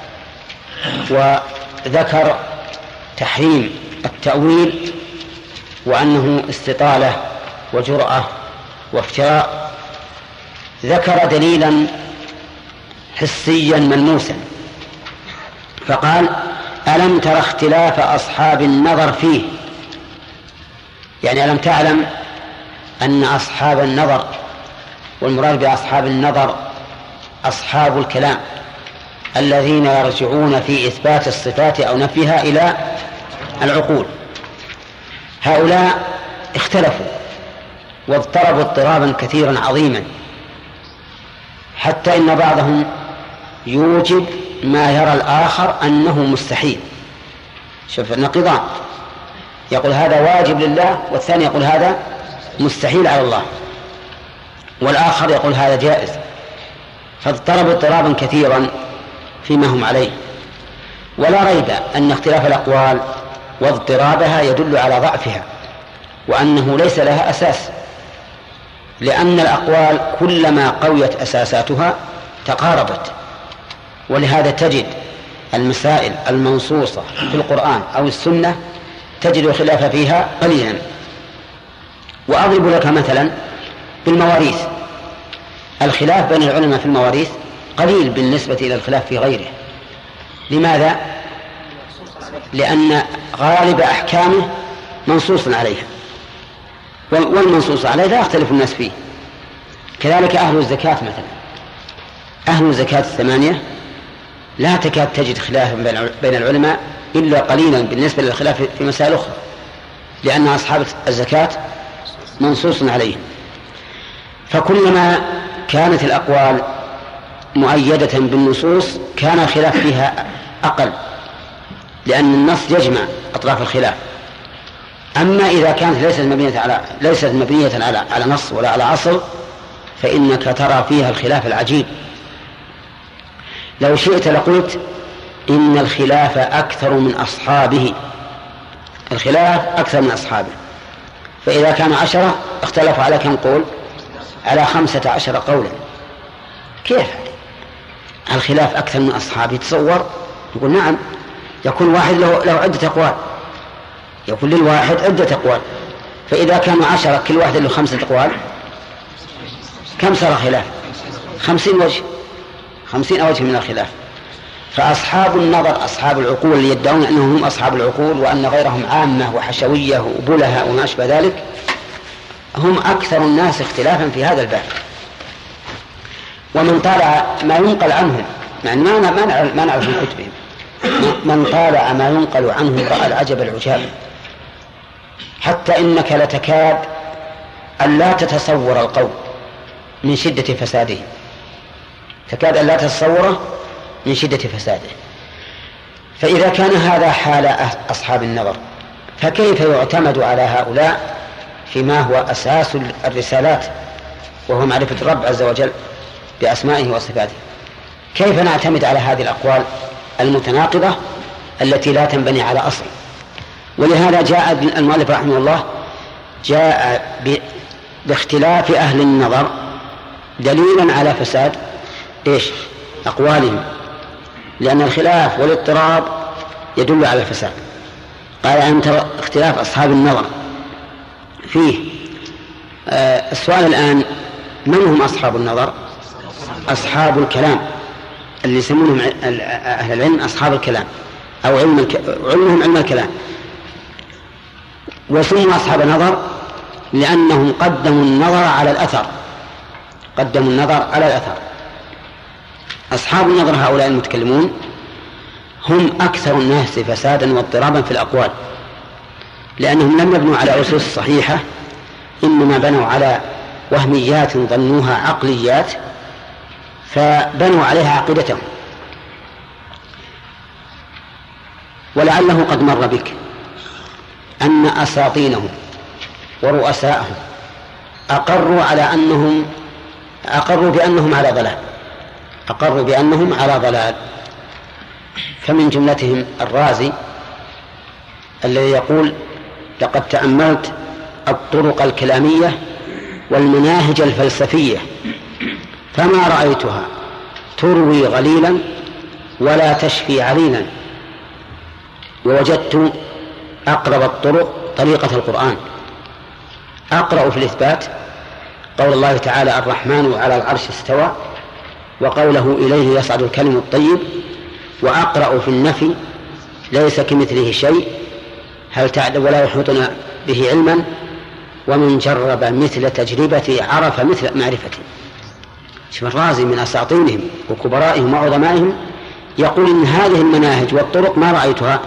S1: وذكر تحريم التأويل وأنه استطالة وجرأة وافتراء، ذكر دليلا حسيا ملموسا، فقال: ألم تر اختلاف أصحاب النظر فيه؟ يعني ألم تعلم أن أصحاب النظر، والمراد بأصحاب النظر أصحاب الكلام الذين يرجعون في إثبات الصفات أو نفيها إلى العقول، هؤلاء اختلفوا واضطربوا اضطرابا كثيرا عظيما، حتى إن بعضهم يوجب ما يرى الآخر أنه مستحيل. شوف النقيضان، يقول هذا واجب لله، والثاني يقول هذا مستحيل على الله، والآخر يقول هذا جائز، فاضطربوا اضطرابا كثيرا فيما هم عليه. ولا ريب أن اختلاف الأقوال واضطرابها يدل على ضعفها، وأنه ليس لها أساس، لأن الأقوال كلما قويت أساساتها تقاربت. ولهذا تجد المسائل المنصوصة في القرآن أو السنة تجد الخلاف فيها قليلا. وأضرب لك مثلا بالمواريث، الخلاف بين العلماء في المواريث قليل بالنسبة إلى الخلاف في غيره. لماذا؟ لأن غالب أحكامه منصوص عليها، والمنصوص عليه لا يختلف الناس فيه. كذلك أهل الزكاة مثلا، أهل الزكاة 8 لا تكاد تجد خلافا بين العلماء إلا قليلا بالنسبة للخلاف في مسائل أخرى، لأن أصحاب الزكاة منصوص عليهم. فكلما كانت الأقوال مؤيدة بالنصوص كان الخلاف فيها أقل، لأن النص يجمع أطراف الخلاف. أما إذا كانت ليست مبنية على نص ولا على أصل، فإنك ترى فيها الخلاف العجيب. لو شئت لقلت إن الخلاف أكثر من أصحابه، الخلاف أكثر من أصحابه. فإذا كان 10 اختلفوا على كم قول؟ على 15 قولا. كيف الخلاف أكثر من أصحابه؟ تصور يقول نعم، يكون واحد له عدة أقوال، يكون للواحد عدة أقوال، فإذا كانوا 10 كل واحد له 5 أقوال كم صار خلاف؟ 50 وجه، 50 وجه من الخلاف. فأصحاب النظر أصحاب العقول اللي يدعون أنهم هم أصحاب العقول وأن غيرهم عامة وحشوية وبلهاء وما أشبه ذلك هم أكثر الناس اختلافا في هذا الباب. ومن طالع ما ينقل عنهم، يعني ما نعرف من كتبهم، من طالع ما ينقل عنهم رأى العجب العجاب، حتى إنك لتكاد أن لا تتصور القول من شدة فساده، تكاد أن لا تتصوره من شدة فساده. فإذا كان هذا حال أصحاب النظر، فكيف يعتمد على هؤلاء فيما هو أساس الرسالات وهو معرفة الرب عز وجل بأسمائه وصفاته؟ كيف نعتمد على هذه الأقوال المتناقضة التي لا تنبني على أصل؟ ولهذا جاء المؤلف رحمه الله جاء باختلاف أهل النظر دليلا على فساد أقوالهم، لأن الخلاف والاضطراب يدل على الفساد. قال أن ترى اختلاف أصحاب النظر فيه. السؤال الآن: من هم أصحاب النظر؟ أصحاب الكلام اللي يسمونهم أهل العلم أصحاب الكلام، أو علمهم علم الكلام. وسموا أصحاب النظر لأنهم قدموا النظر على الأثر، قدموا النظر على الأثر. أصحاب النظر هؤلاء المتكلمون هم أكثر الناس فسادا واضطرابا في الأقوال، لأنهم لم يبنوا على أسس صحيحة، إنما بنوا على وهميات ظنوها عقليات فبنوا عليها عقيدتهم. ولعله قد مر بك أن أساطينهم ورؤساءهم أقروا بأنهم على ضلال، أقروا بأنهم على ضلال. فمن جملتهم الرازي الذي يقول: لقد تأملت الطرق الكلامية والمناهج الفلسفية فما رأيتها تروي غليلا ولا تشفي عليلا، ووجدت أقرب الطرق طريقة القرآن. أقرأ في الإثبات قول الله تعالى: الرحمن على العرش استوى، وقوله: إليه يصعد الكلم الطيب. وأقرأ في النفي: ليس كمثله شيء هل تعلم ولا يحيطون به علما، ومن جرب مثل تجربتي عرف مثل معرفتي. شوف الرازي من أساطينهم وكبرائهم وعظمائهم يقول إن هذه المناهج والطرق ما رأيتها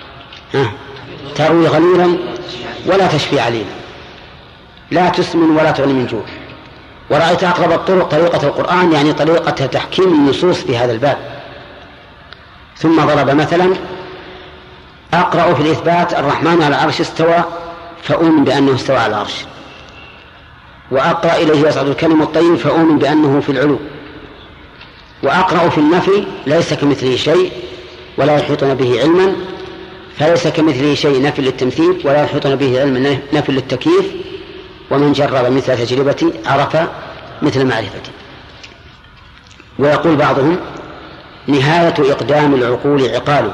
S1: تروي غليلا ولا تشفي عليلا، لا تسمن ولا تغني من جوع. ورأيت أقرب الطرق طريقة القرآن، يعني طريقة تحكيم النصوص في هذا الباب. ثم ضرب مثلا: أقرأ في الإثبات الرحمن على العرش استوى فأؤمن بأنه استوى على العرش، وأقرأ إليه يصعد الكلم الطيب فأؤمن بأنه في العلو، وأقرأ في النفي: ليس كمثله شيء ولا يحيطون به علما، فليس كمثله شيء نفي للتمثيل ولا يحيطون به علما نفي للتكييف، ومن جرب مثل تجربتي عرف مثل معرفتي. ويقول بعضهم: نهاية إقدام العقول عقال،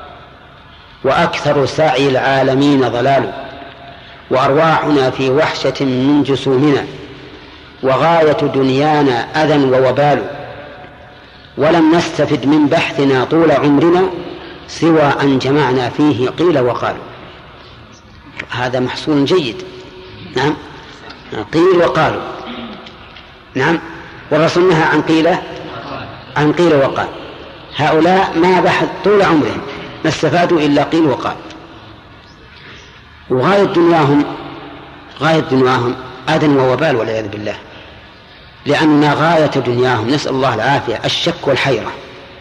S1: وأكثر سعي العالمين ضلال، وأرواحنا في وحشة من جسومنا، وغاية دنيانا أذى ووبال، ولم نستفد من بحثنا طول عمرنا سوى أن جمعنا فيه قيل وقالوا. هذا محصول جيد. نعم، قيل وقالوا. نعم، والرسول نهى عن قيل وقال. هؤلاء ما بحث طول عمرهم ما استفادوا إلا قيل وقال. وغاية دنياهم أذى ووبال والعياذ بالله، لأن غاية دنياهم نسأل الله العافية الشك والحيرة.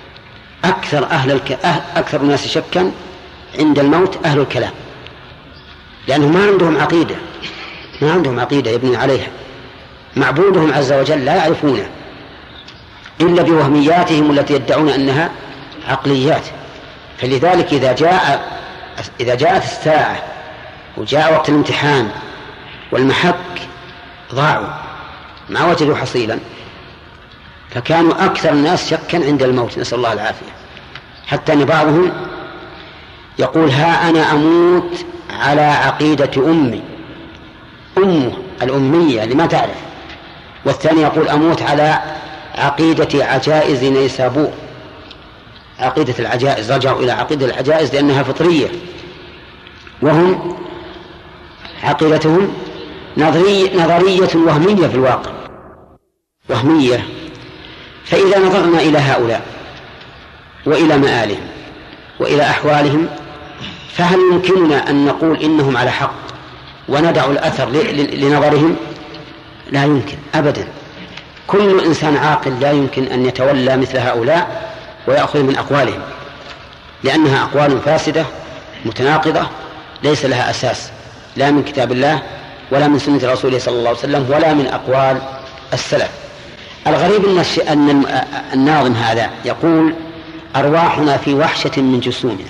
S1: أكثر الناس شكا عند الموت أهل الكلام، لأنهم ما عندهم عقيدة يبني عليها. معبودهم عز وجل لا يعرفونه إلا بوهمياتهم التي يدعون أنها عقليات. فلذلك إذا جاءت الساعة وجاء وقت الامتحان والمحك ضاعوا، ما وجدوا حصيلا، فكانوا أكثر الناس شكا عند الموت، نسأل الله العافية. حتى أن بعضهم يقول ها أنا أموت على عقيدة أمي، أمه الأمية اللي ما تعرف، والثاني يقول أموت على عقيدة عجائز نيسابور، عقيدة العجائز، رجعوا إلى عقيدة العجائز لأنها فطرية، وهم عقيدتهم نظرية وهمية في الواقع، وهمية. فإذا نظرنا إلى هؤلاء وإلى مآلهم وإلى أحوالهم، فهل يمكننا أن نقول إنهم على حق وندع الأثر لنظرهم؟ لا يمكن أبدا. كل إنسان عاقل لا يمكن أن يتولى مثل هؤلاء ويأخذ من أقوالهم، لأنها أقوال فاسدة متناقضة ليس لها أساس، لا من كتاب الله ولا من سنة رسوله صلى الله عليه وسلم ولا من أقوال السلف. الغريب أن الناظم هذا يقول أرواحنا في وحشة من جسومنا،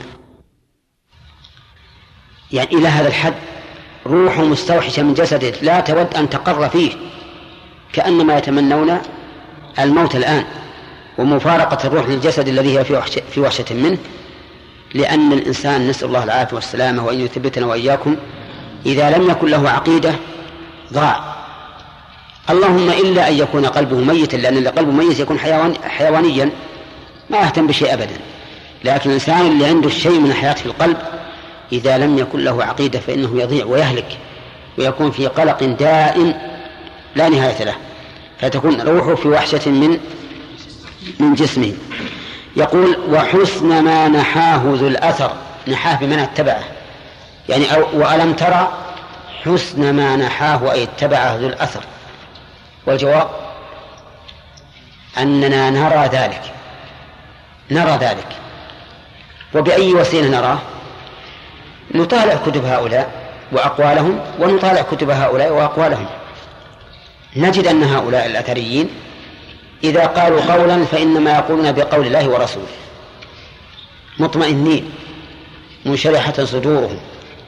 S1: يعني إلى هذا الحد روح مستوحشة من جسده لا تود أن تقر فيه، كأنما يتمنون الموت الآن ومفارقة الروح للجسد الذي هي في وحشة منه، لأن الإنسان نسأل الله العافية والسلامة وأن يثبتنا وإياكم إذا لم يكن له عقيدة ضاع. اللهم إلا أن يكون قلبه ميتا، لأن قلبه ميت يكون حيوانيا ما يهتم بشيء أبدا، لكن الإنسان اللي عنده الشيء من الحياة في القلب إذا لم يكن له عقيدة فإنه يضيع ويهلك ويكون في قلق دائم لا نهاية له، فتكون روحه في وحشة من جسمه. يقول وحسن ما نحاه ذو الأثر، نحاه بمن اتبعه، يعني وألم ترى حسن ما نحاه أي اتبعه ذو الأثر. والجواب أننا نرى ذلك. وبأي وسيلة نراه؟ نطالع كتب هؤلاء وأقوالهم، ونطالع كتب هؤلاء وأقوالهم، نجد أن هؤلاء الأثريين إذا قالوا قولا فإنما يقولون بقول الله ورسوله، مطمئنين منشرحة صدورهم.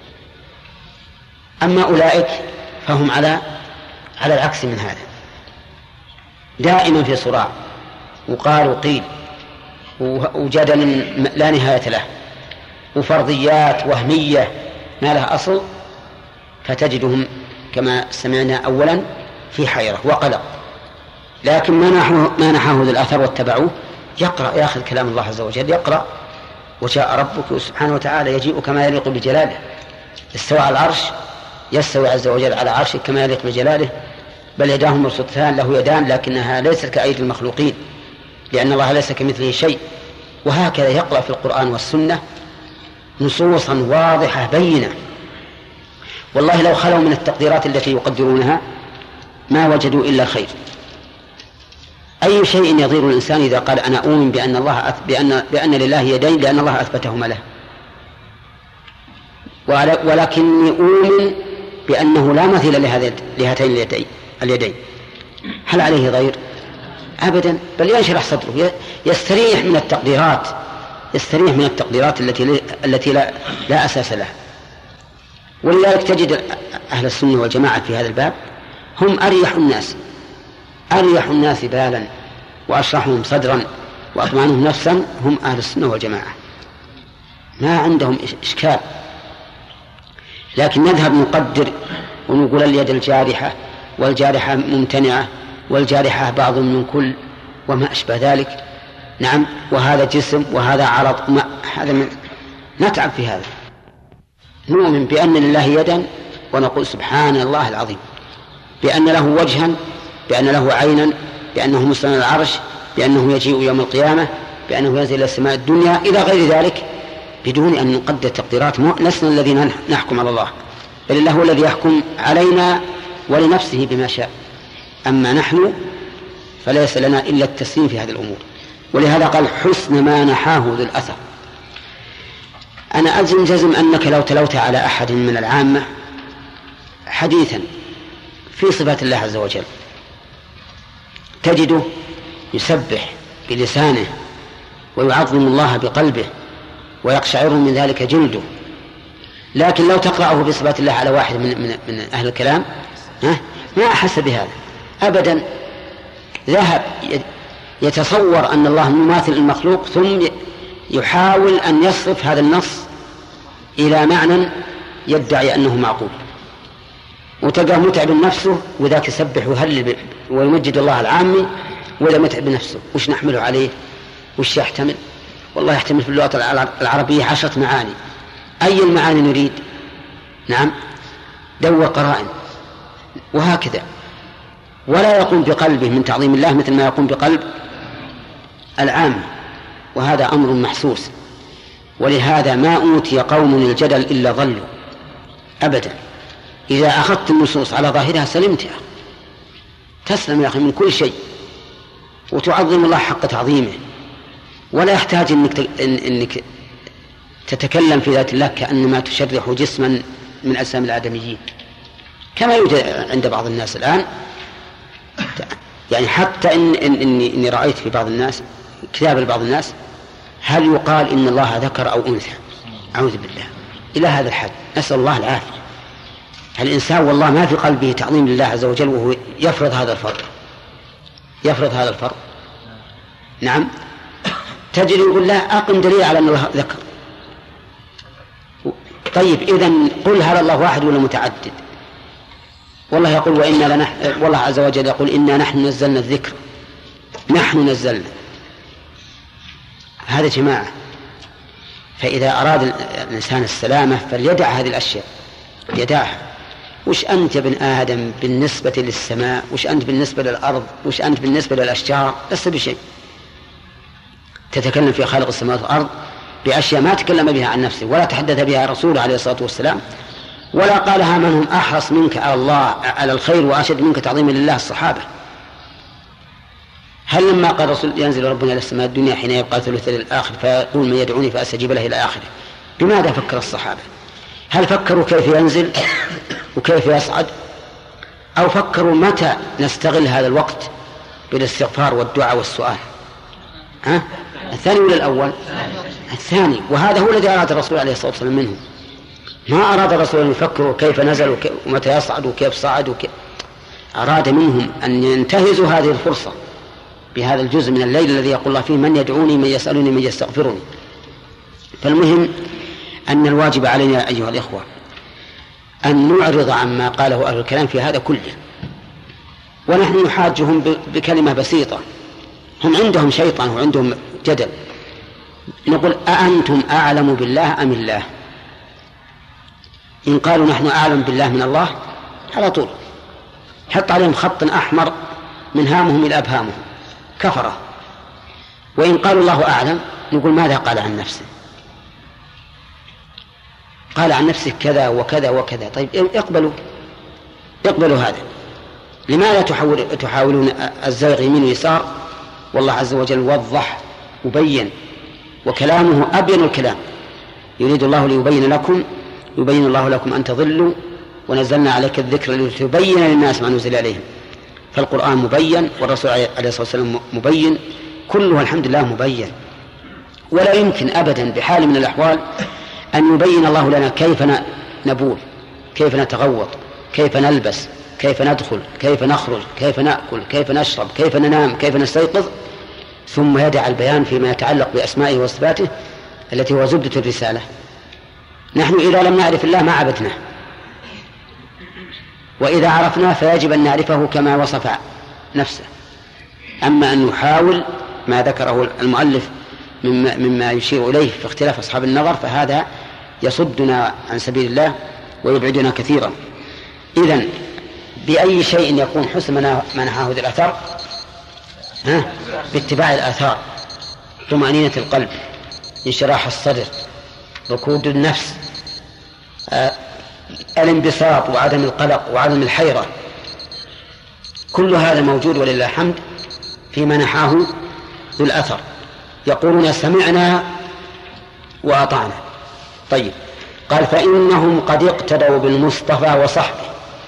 S1: أما أولئك فهم على العكس من هذا، دائما في صراع وقال وقيل وجدل لا نهاية له وفرضيات وهمية ما لها أصل، فتجدهم كما سمعنا أولا في حيرة وقلق. لكن ما نحاه ذو الأثر واتبعوه يقرأ يأخذ كلام الله عز وجل، يقرأ وجاء ربك سبحانه وتعالى يجيء كما يليق بجلاله، استوى على العرش يستوي عز وجل على عرشه كما يليق بجلاله، بل يداه مبسوطتان، له يدان لكنها ليست كأيدي المخلوقين لأن الله ليس كمثله شيء. وهكذا يقرأ في القرآن والسنة نصوصا واضحة بينة. والله لو خلوا من التقديرات التي يقدرونها ما وجدوا إلا الخير. أي شيء يضير الإنسان إذا قال أنا أؤمن بأن لله يدين لأن الله أثبتهما له، ولكني أؤمن بأنه لا مثيل لهاتين اليدين، هل عليه ضير؟ أبدا، بل ينشرح صدره، يستريح من التقديرات التي لا أساس لها. ولذلك تجد أهل السنة والجماعة في هذا الباب هم أريح الناس بالا وأشرحهم صدرا وأطمئنهم نفسا، هم أهل السنة والجماعة، ما عندهم إشكال. لكن نذهب نقدر ونقول اليد الجارحة والجارحة ممتنعة والجارحة بعض من كل وما أشبه ذلك، نعم، وهذا جسم وهذا عرض، هذا نتعب في هذا. نؤمن بأن لله يدا ونقول سبحان الله العظيم، بأن له وجها، بأن له عينا، بأنه مستوى على العرش، بأنه يجيء يوم القيامة، بأنه ينزل إلى السماء الدنيا إلى غير ذلك، بدون أن نقدر تقديرات. لسنا الذين نحكم على الله، بل الله هو الذي يحكم علينا ولنفسه بما شاء. أما نحن فليس لنا إلا التسليم في هذه الأمور. ولهذا قال حسن ما نحاه ذو الأثر. أنا أجزم أنك لو تلوت على أحد من العامة حديثا في صفات الله عز وجل تجده يسبح بلسانه ويعظم الله بقلبه ويقشعر من ذلك جلده. لكن لو تقرأه في صفات الله على واحد من أهل الكلام ما أحس بهذا أبدا، ذهب يتصور أن الله مماثل المخلوق ثم يحاول أن يصرف هذا النص إلى معنى يدعي أنه معقول، وتلقاه متعب نفسه وذاك يسبح ويهلل ويمجد الله العامي ولا متعب نفسه. وش نحمله عليه؟ وش يحتمل؟ والله يحتمل في اللغة العربية 10 معاني. أي المعاني نريد؟ نعم، دور قرائن وهكذا، ولا يقوم بقلبه من تعظيم الله مثل ما يقوم بقلب العام، وهذا أمر محسوس. ولهذا ما أوتي قوم الجدل إلا ضلوا أبدا. إذا أخذت النصوص على ظاهرها سلمتها، تسلم يا أخي من كل شيء، وتعظم الله حق تعظيمه، ولا يحتاج إنك تتكلم في ذات الله كأنما تشرح جسما من أجسام الآدميين، كما يوجد عند بعض الناس الآن. يعني حتى إني رأيت في بعض الناس كتاب لبعض الناس هل يقال إن الله ذكر أو أنثى؟ أعوذ بالله، إلى هذا الحد، نسأل الله العافية. الإنسان والله ما في قلبه تعظيم لله عز وجل وهو يفرض هذا الفرض. نعم، تجري يقول لا أقم دليل على أن الله ذكر. طيب إذن قل هل الله واحد ولا متعدد؟ والله يقول والله عز وجل يقول إنا نحن نزلنا الذكر، نحن نزلنا، هذا جماعة. فإذا أراد الإنسان السلامة فليدع هذه الأشياء، يدعها. وش أنت يا ابن آدم بالنسبة للسماء؟ وش أنت بالنسبة للأرض؟ وش أنت بالنسبة للأشجار؟ لست بشيء. تتكلم في خالق السماوات والأرض بأشياء ما تكلم بها عن نفسه ولا تحدث بها رسول عليه الصلاة والسلام، ولا قالها من هم أحرص منك على الله على الخير وأشد منك تعظيما لله، الصحابة. هل لما قال الرسول ينزل ربنا إلى السماء الدنيا حين يبقى ثلث الآخر فيقول من يدعوني فأستجيب له إلى آخره، بماذا فكر الصحابة؟ هل فكروا كيف ينزل وكيف يصعد، أو فكروا متى نستغل هذا الوقت بالاستغفار والدعاء والسؤال؟ الثاني ولا الأول؟ الثاني. وهذا هو الذي أراد الرسول عليه الصلاة والسلام منهم. ما أراد الرسول أن يفكروا كيف نزل ومتى يصعد وكيف صعد أراد منهم أن ينتهزوا هذه الفرصة بهذا الجزء من الليل الذي يقول الله فيه من يدعوني من يسألني من يستغفرني. فالمهم أن الواجب علينا أيها الإخوة أن نعرض عما قاله أهل الكلام في هذا كله، ونحن نحاجهم بكلمة بسيطة. هم عندهم شيطان وعندهم جدل، نقول أأنتم أعلم بالله أم الله؟ إن قالوا نحن أعلم بالله من الله على طول حط عليهم خط أحمر من هامهم إلى أبهامهم، كفرة. وإن قالوا الله أعلم نقول ماذا قال عن نفسه؟ قال عن نفسه كذا وكذا وكذا. طيب اقبلوا هذا. لماذا تحاولون الزيغ يمين ويسار؟ والله عز وجل وضح وبين، وكلامه أبين الكلام. يريد الله يبين الله لكم أن تضلوا ونزلنا عليك الذكر لتبين للناس ما نزل عليهم. فالقرآن مبين والرسول عليه الصلاة والسلام مبين، كله الحمد لله مبين. ولا يمكن أبدا بحال من الأحوال أن يبين الله لنا كيف نبول، كيف نتغوط، كيف نلبس، كيف ندخل، كيف نخرج، كيف نأكل، كيف نشرب، كيف ننام، كيف نستيقظ، ثم يدع البيان فيما يتعلق بأسمائه وصفاته التي هو زبدة الرسالة. نحن إذا لم نعرف الله ما عبدناه، وإذا عرفناه فيجب أن نعرفه كما وصف نفسه. أما أن نحاول ما ذكره المؤلف مما يشير إليه في اختلاف أصحاب النظر فهذا يصدنا عن سبيل الله ويبعدنا كثيرا. إذن بأي شيء يكون حسن منحه ذي الأثر؟ باتباع الآثار، طمأنينة القلب، انشراح الصدر، ركود النفس، الانبساط وعدم القلق وعدم الحيرة، كل هذا موجود ولله الحمد في منحه ذو الأثر. يقولون سمعنا وأطعنا. طيب، قال فإنهم قد اقتدوا بالمصطفى وصحبه.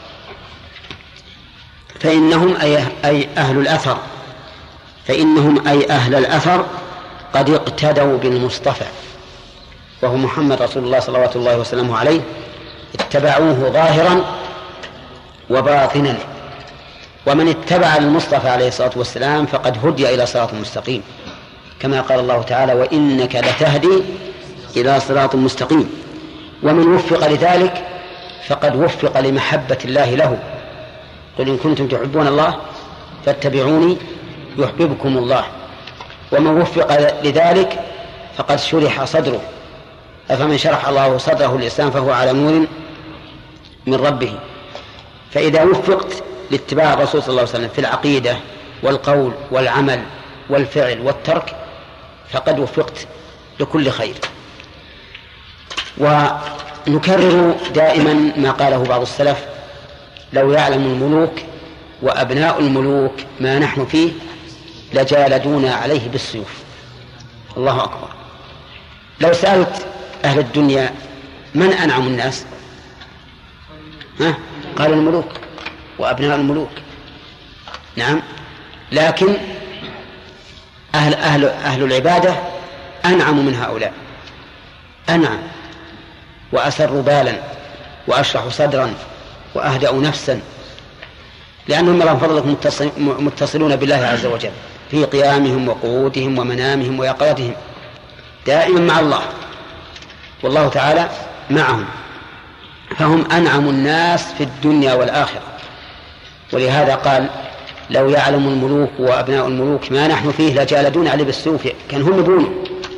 S1: فإنهم أي أهل الأثر، فإنهم أي أهل الأثر قد اقتدوا بالمصطفى وهو محمد رسول الله صلوات الله وسلامه عليه، اتبعوه ظاهرا وباطنا. ومن اتبع المصطفى عليه الصلاة والسلام فقد هدي إلى صراط مستقيم، كما قال الله تعالى: وإنك لتهدي إلى صراط مستقيم. ومن وفق لذلك فقد وفق لمحبة الله له. قل إن كنتم تحبون الله فاتبعوني يحببكم الله. ومن وفق لذلك فقد شرح صدره. أفمن شرح الله صدره للإسلام فهو على نور من ربه. فإذا وفقت لاتباع الرسول صلى الله عليه وسلم في العقيدة والقول والعمل والفعل والترك فقد وفقت لكل خير. ونكرر دائما ما قاله بعض السلف: لو يعلم الملوك وأبناء الملوك ما نحن فيه لجالدونا عليه بالسيوف. الله أكبر. لو سألت أهل الدنيا من أنعم الناس؟ قالوا الملوك وأبناء الملوك. نعم، لكن أهل العبادة أنعم من هؤلاء، أنعم وأسر بالا وأشرح صدرا وأهدأ نفسا، لأنهم لهم فضلك متصلون بالله عز وجل في قيامهم وقعودهم ومنامهم ويقظتهم، دائما مع الله، والله تعالى معهم، فهم أنعم الناس في الدنيا والآخرة. ولهذا قال: لو يعلم الملوك وأبناء الملوك ما نحن فيه لجالدون عليه بالسيوف، كان هم يبونه.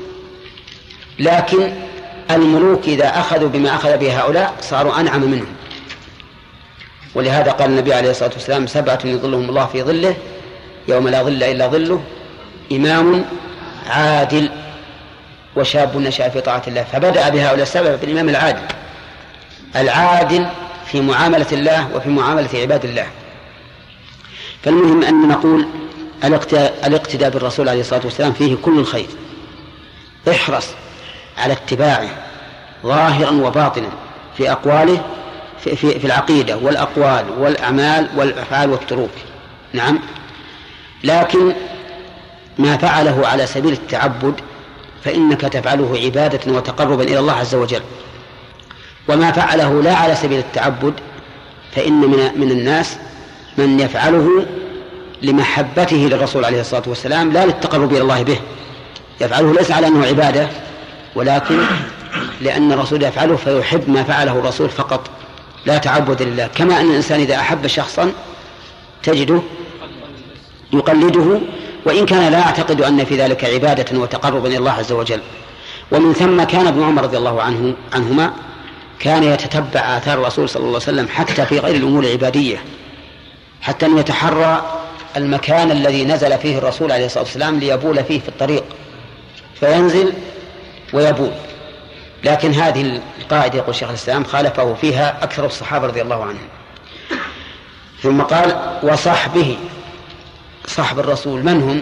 S1: لكن الملوك إذا أخذوا بما أخذ به هؤلاء صاروا أنعم منهم. ولهذا قال النبي عليه الصلاة والسلام: 7 يظلهم الله في ظله يوم لا ظل إلا ظله: إمام عادل وشاب نشأ في طاعة الله. فبدأ بهؤلاء السبب بالإمام العادل في معاملة الله وفي معاملة عباد الله. فالمهم أن نقول الاقتداء بالرسول عليه الصلاة والسلام فيه كل الخير. احرص على اتباعه ظاهرا وباطنا في أقواله، في العقيدة والأقوال والأعمال والأفعال والتروك. نعم، لكن ما فعله على سبيل التعبد فإنك تفعله عبادة وتقربا إلى الله عز وجل، وما فعله لا على سبيل التعبد فإن من الناس من يفعله لمحبته للرسول عليه الصلاة والسلام لا للتقرب إلى الله به، يفعله ليس على أنه عبادة ولكن لأن الرسول يفعله فيحب ما فعله الرسول فقط لا تعبد لله. كما أن الإنسان إذا أحب شخصا تجده يقلده وإن كان لا يعتقد أن في ذلك عبادة وتقربا إلى الله عز وجل. ومن ثم كان ابن عمر رضي الله عنهما كان يتتبع آثار الرسول صلى الله عليه وسلم حتى في غير الأمور العبادية، حتى أن يتحرى المكان الذي نزل فيه الرسول عليه الصلاة والسلام ليبول فيه في الطريق فينزل ويبول. لكن هذه القاعدة يقول شيخ الإسلام خالفه فيها أكثر الصحابة رضي الله عنهم. ثم قال: وصحبه. صحب الرسول من هم؟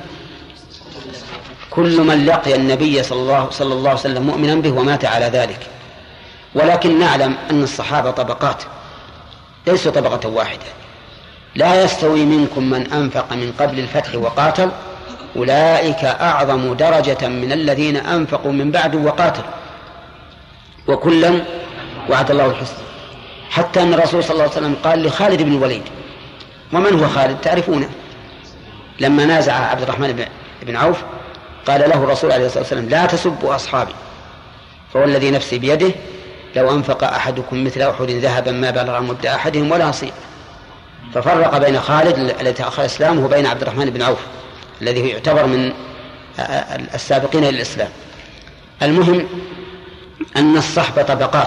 S1: كل من لقي النبي صلى الله عليه وسلم مؤمنا به ومات على ذلك. ولكن نعلم أن الصحابة طبقات ليسوا طبقة واحدة. لا يستوي منكم من أنفق من قبل الفتح وقاتل أولئك أعظم درجة من الذين أنفقوا من بعد وقاتل وكلا وعد الله الحسنى. حتى أن الرسول صلى الله عليه وسلم قال لخالد بن الوليد، ومن هو خالد تعرفونه، لما نازع عبد الرحمن بن عوف قال له الرسول عليه الصلاة والسلام: لا تسبوا أصحابي فوالذي نفسي بيده لو أنفق أحدكم مثل أحد ذهبا ما بلغ مد أحدهم ولا نصيب. ففرق بين خالد الذي تأخر إسلامه وبين عبد الرحمن بن عوف الذي يعتبر من السابقين للإسلام. المهم أن الصحبة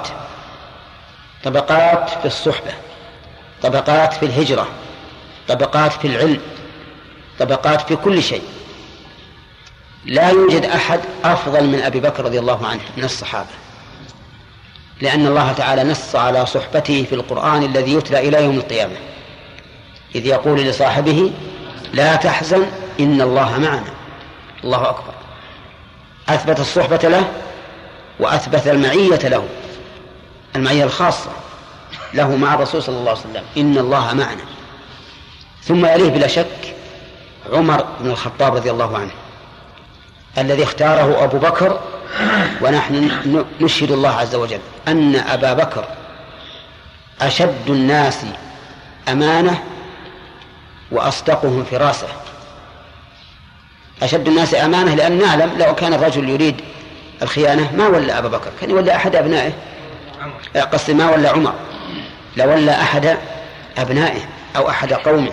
S1: طبقات في الصحبة، طبقات في الهجرة، طبقات في العلم، طبقات في كل شيء. لا يوجد أحد أفضل من أبي بكر رضي الله عنه من الصحابة، لأن الله تعالى نص على صحبته في القرآن الذي يتلى إلى يوم القيامة، إذ يقول لصاحبه: لا تحزن إن الله معنا. الله أكبر. أثبت الصحبة له وأثبت المعية له، المعية الخاصة له مع الرسول صلى الله عليه وسلم: إن الله معنا. ثم يليه بلا شك عمر بن الخطاب رضي الله عنه الذي اختاره أبو بكر، ونحن نشهد الله عز وجل أن أبا بكر أشد الناس أمانة وأصدقهم فراسة. أشد الناس أمانة، لأن نعلم لو كان الرجل يريد الخيانة ما ولى أبا بكر، كان يولى أحد أبنائه، قصدي ما ولى عمر، لولى أحد أبنائه أو أحد قومه،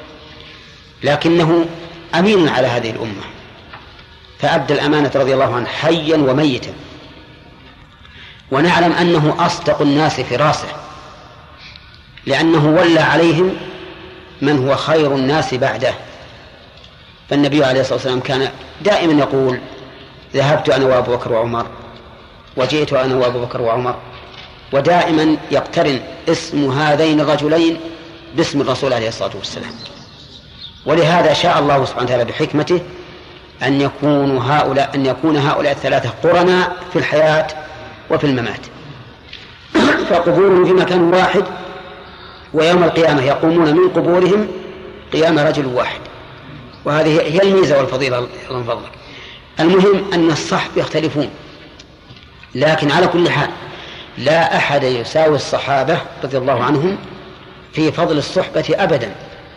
S1: لكنه أمين على هذه الأمة فأبدى الأمانة رضي الله عنه حيا وميتا. ونعلم أنه أصدق الناس فراسة، لأنه ولى عليهم من هو خير الناس بعده. فالنبي عليه الصلاة والسلام كان دائما يقول: ذهبت أنا وأبو بكر وعمر، وجئت أنا وأبو بكر وعمر، ودائما يقترن اسم هذين الرجلين باسم الرسول عليه الصلاة والسلام. ولهذا شاء الله سبحانه وتعالى بحكمته أن يكون هؤلاء الثلاثة قرناء في الحياة وفي الممات، فقبورهم في مكان واحد، ويوم القيامة يقومون من قبورهم قيام رجل واحد. وهذه هي الميزة والفضيلة الله فضلك. المهم أن الصحب يختلفون، لكن على كل حال لا أحد يساوي الصحابة رضي الله عنهم في فضل الصحبة أبدا.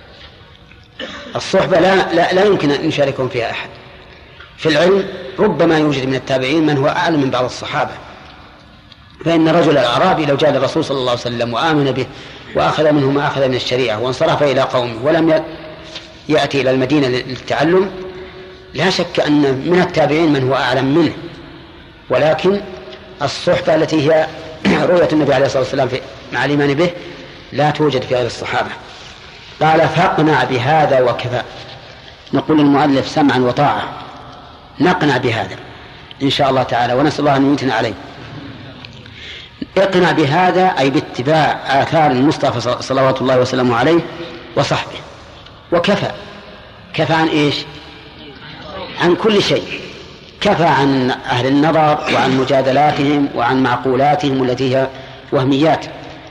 S1: الصحبة لا يمكن أن يشاركهم فيها أحد. في العلم ربما يوجد من التابعين من هو أعلم من بعض الصحابة، فإن الرجل الأعرابي لو جاء للرسول صلى الله عليه وسلم وآمن به وأخذ منه ما أخذ من الشريعة وانصرف إلى قومه ولم يأتي إلى المدينة للتعلم، لا شك أن من التابعين من هو أعلم منه. ولكن الصحبة التي هي رؤية النبي عليه الصلاة والسلام مع الإيمان به لا توجد في غير الصحابة. قال: فاقنع بهذا وكفى. نقول للمؤلف سمعا وطاعة، نقنع بهذا إن شاء الله تعالى، ونسأل الله أن يميتنا عليه. اقنع بهذا أي باتباع آثار المصطفى صلوات الله وسلامه عليه وصحبه. وكفى، كفى عن إيش؟ عن كل شيء. كفى عن أهل النظر وعن مجادلاتهم وعن معقولاتهم التي هي وهميات.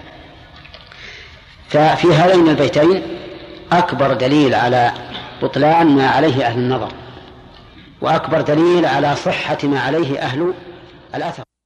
S1: ففي هذين البيتين أكبر دليل على بطلان ما عليه أهل النظر، وأكبر دليل على صحة ما عليه أهل الأثر.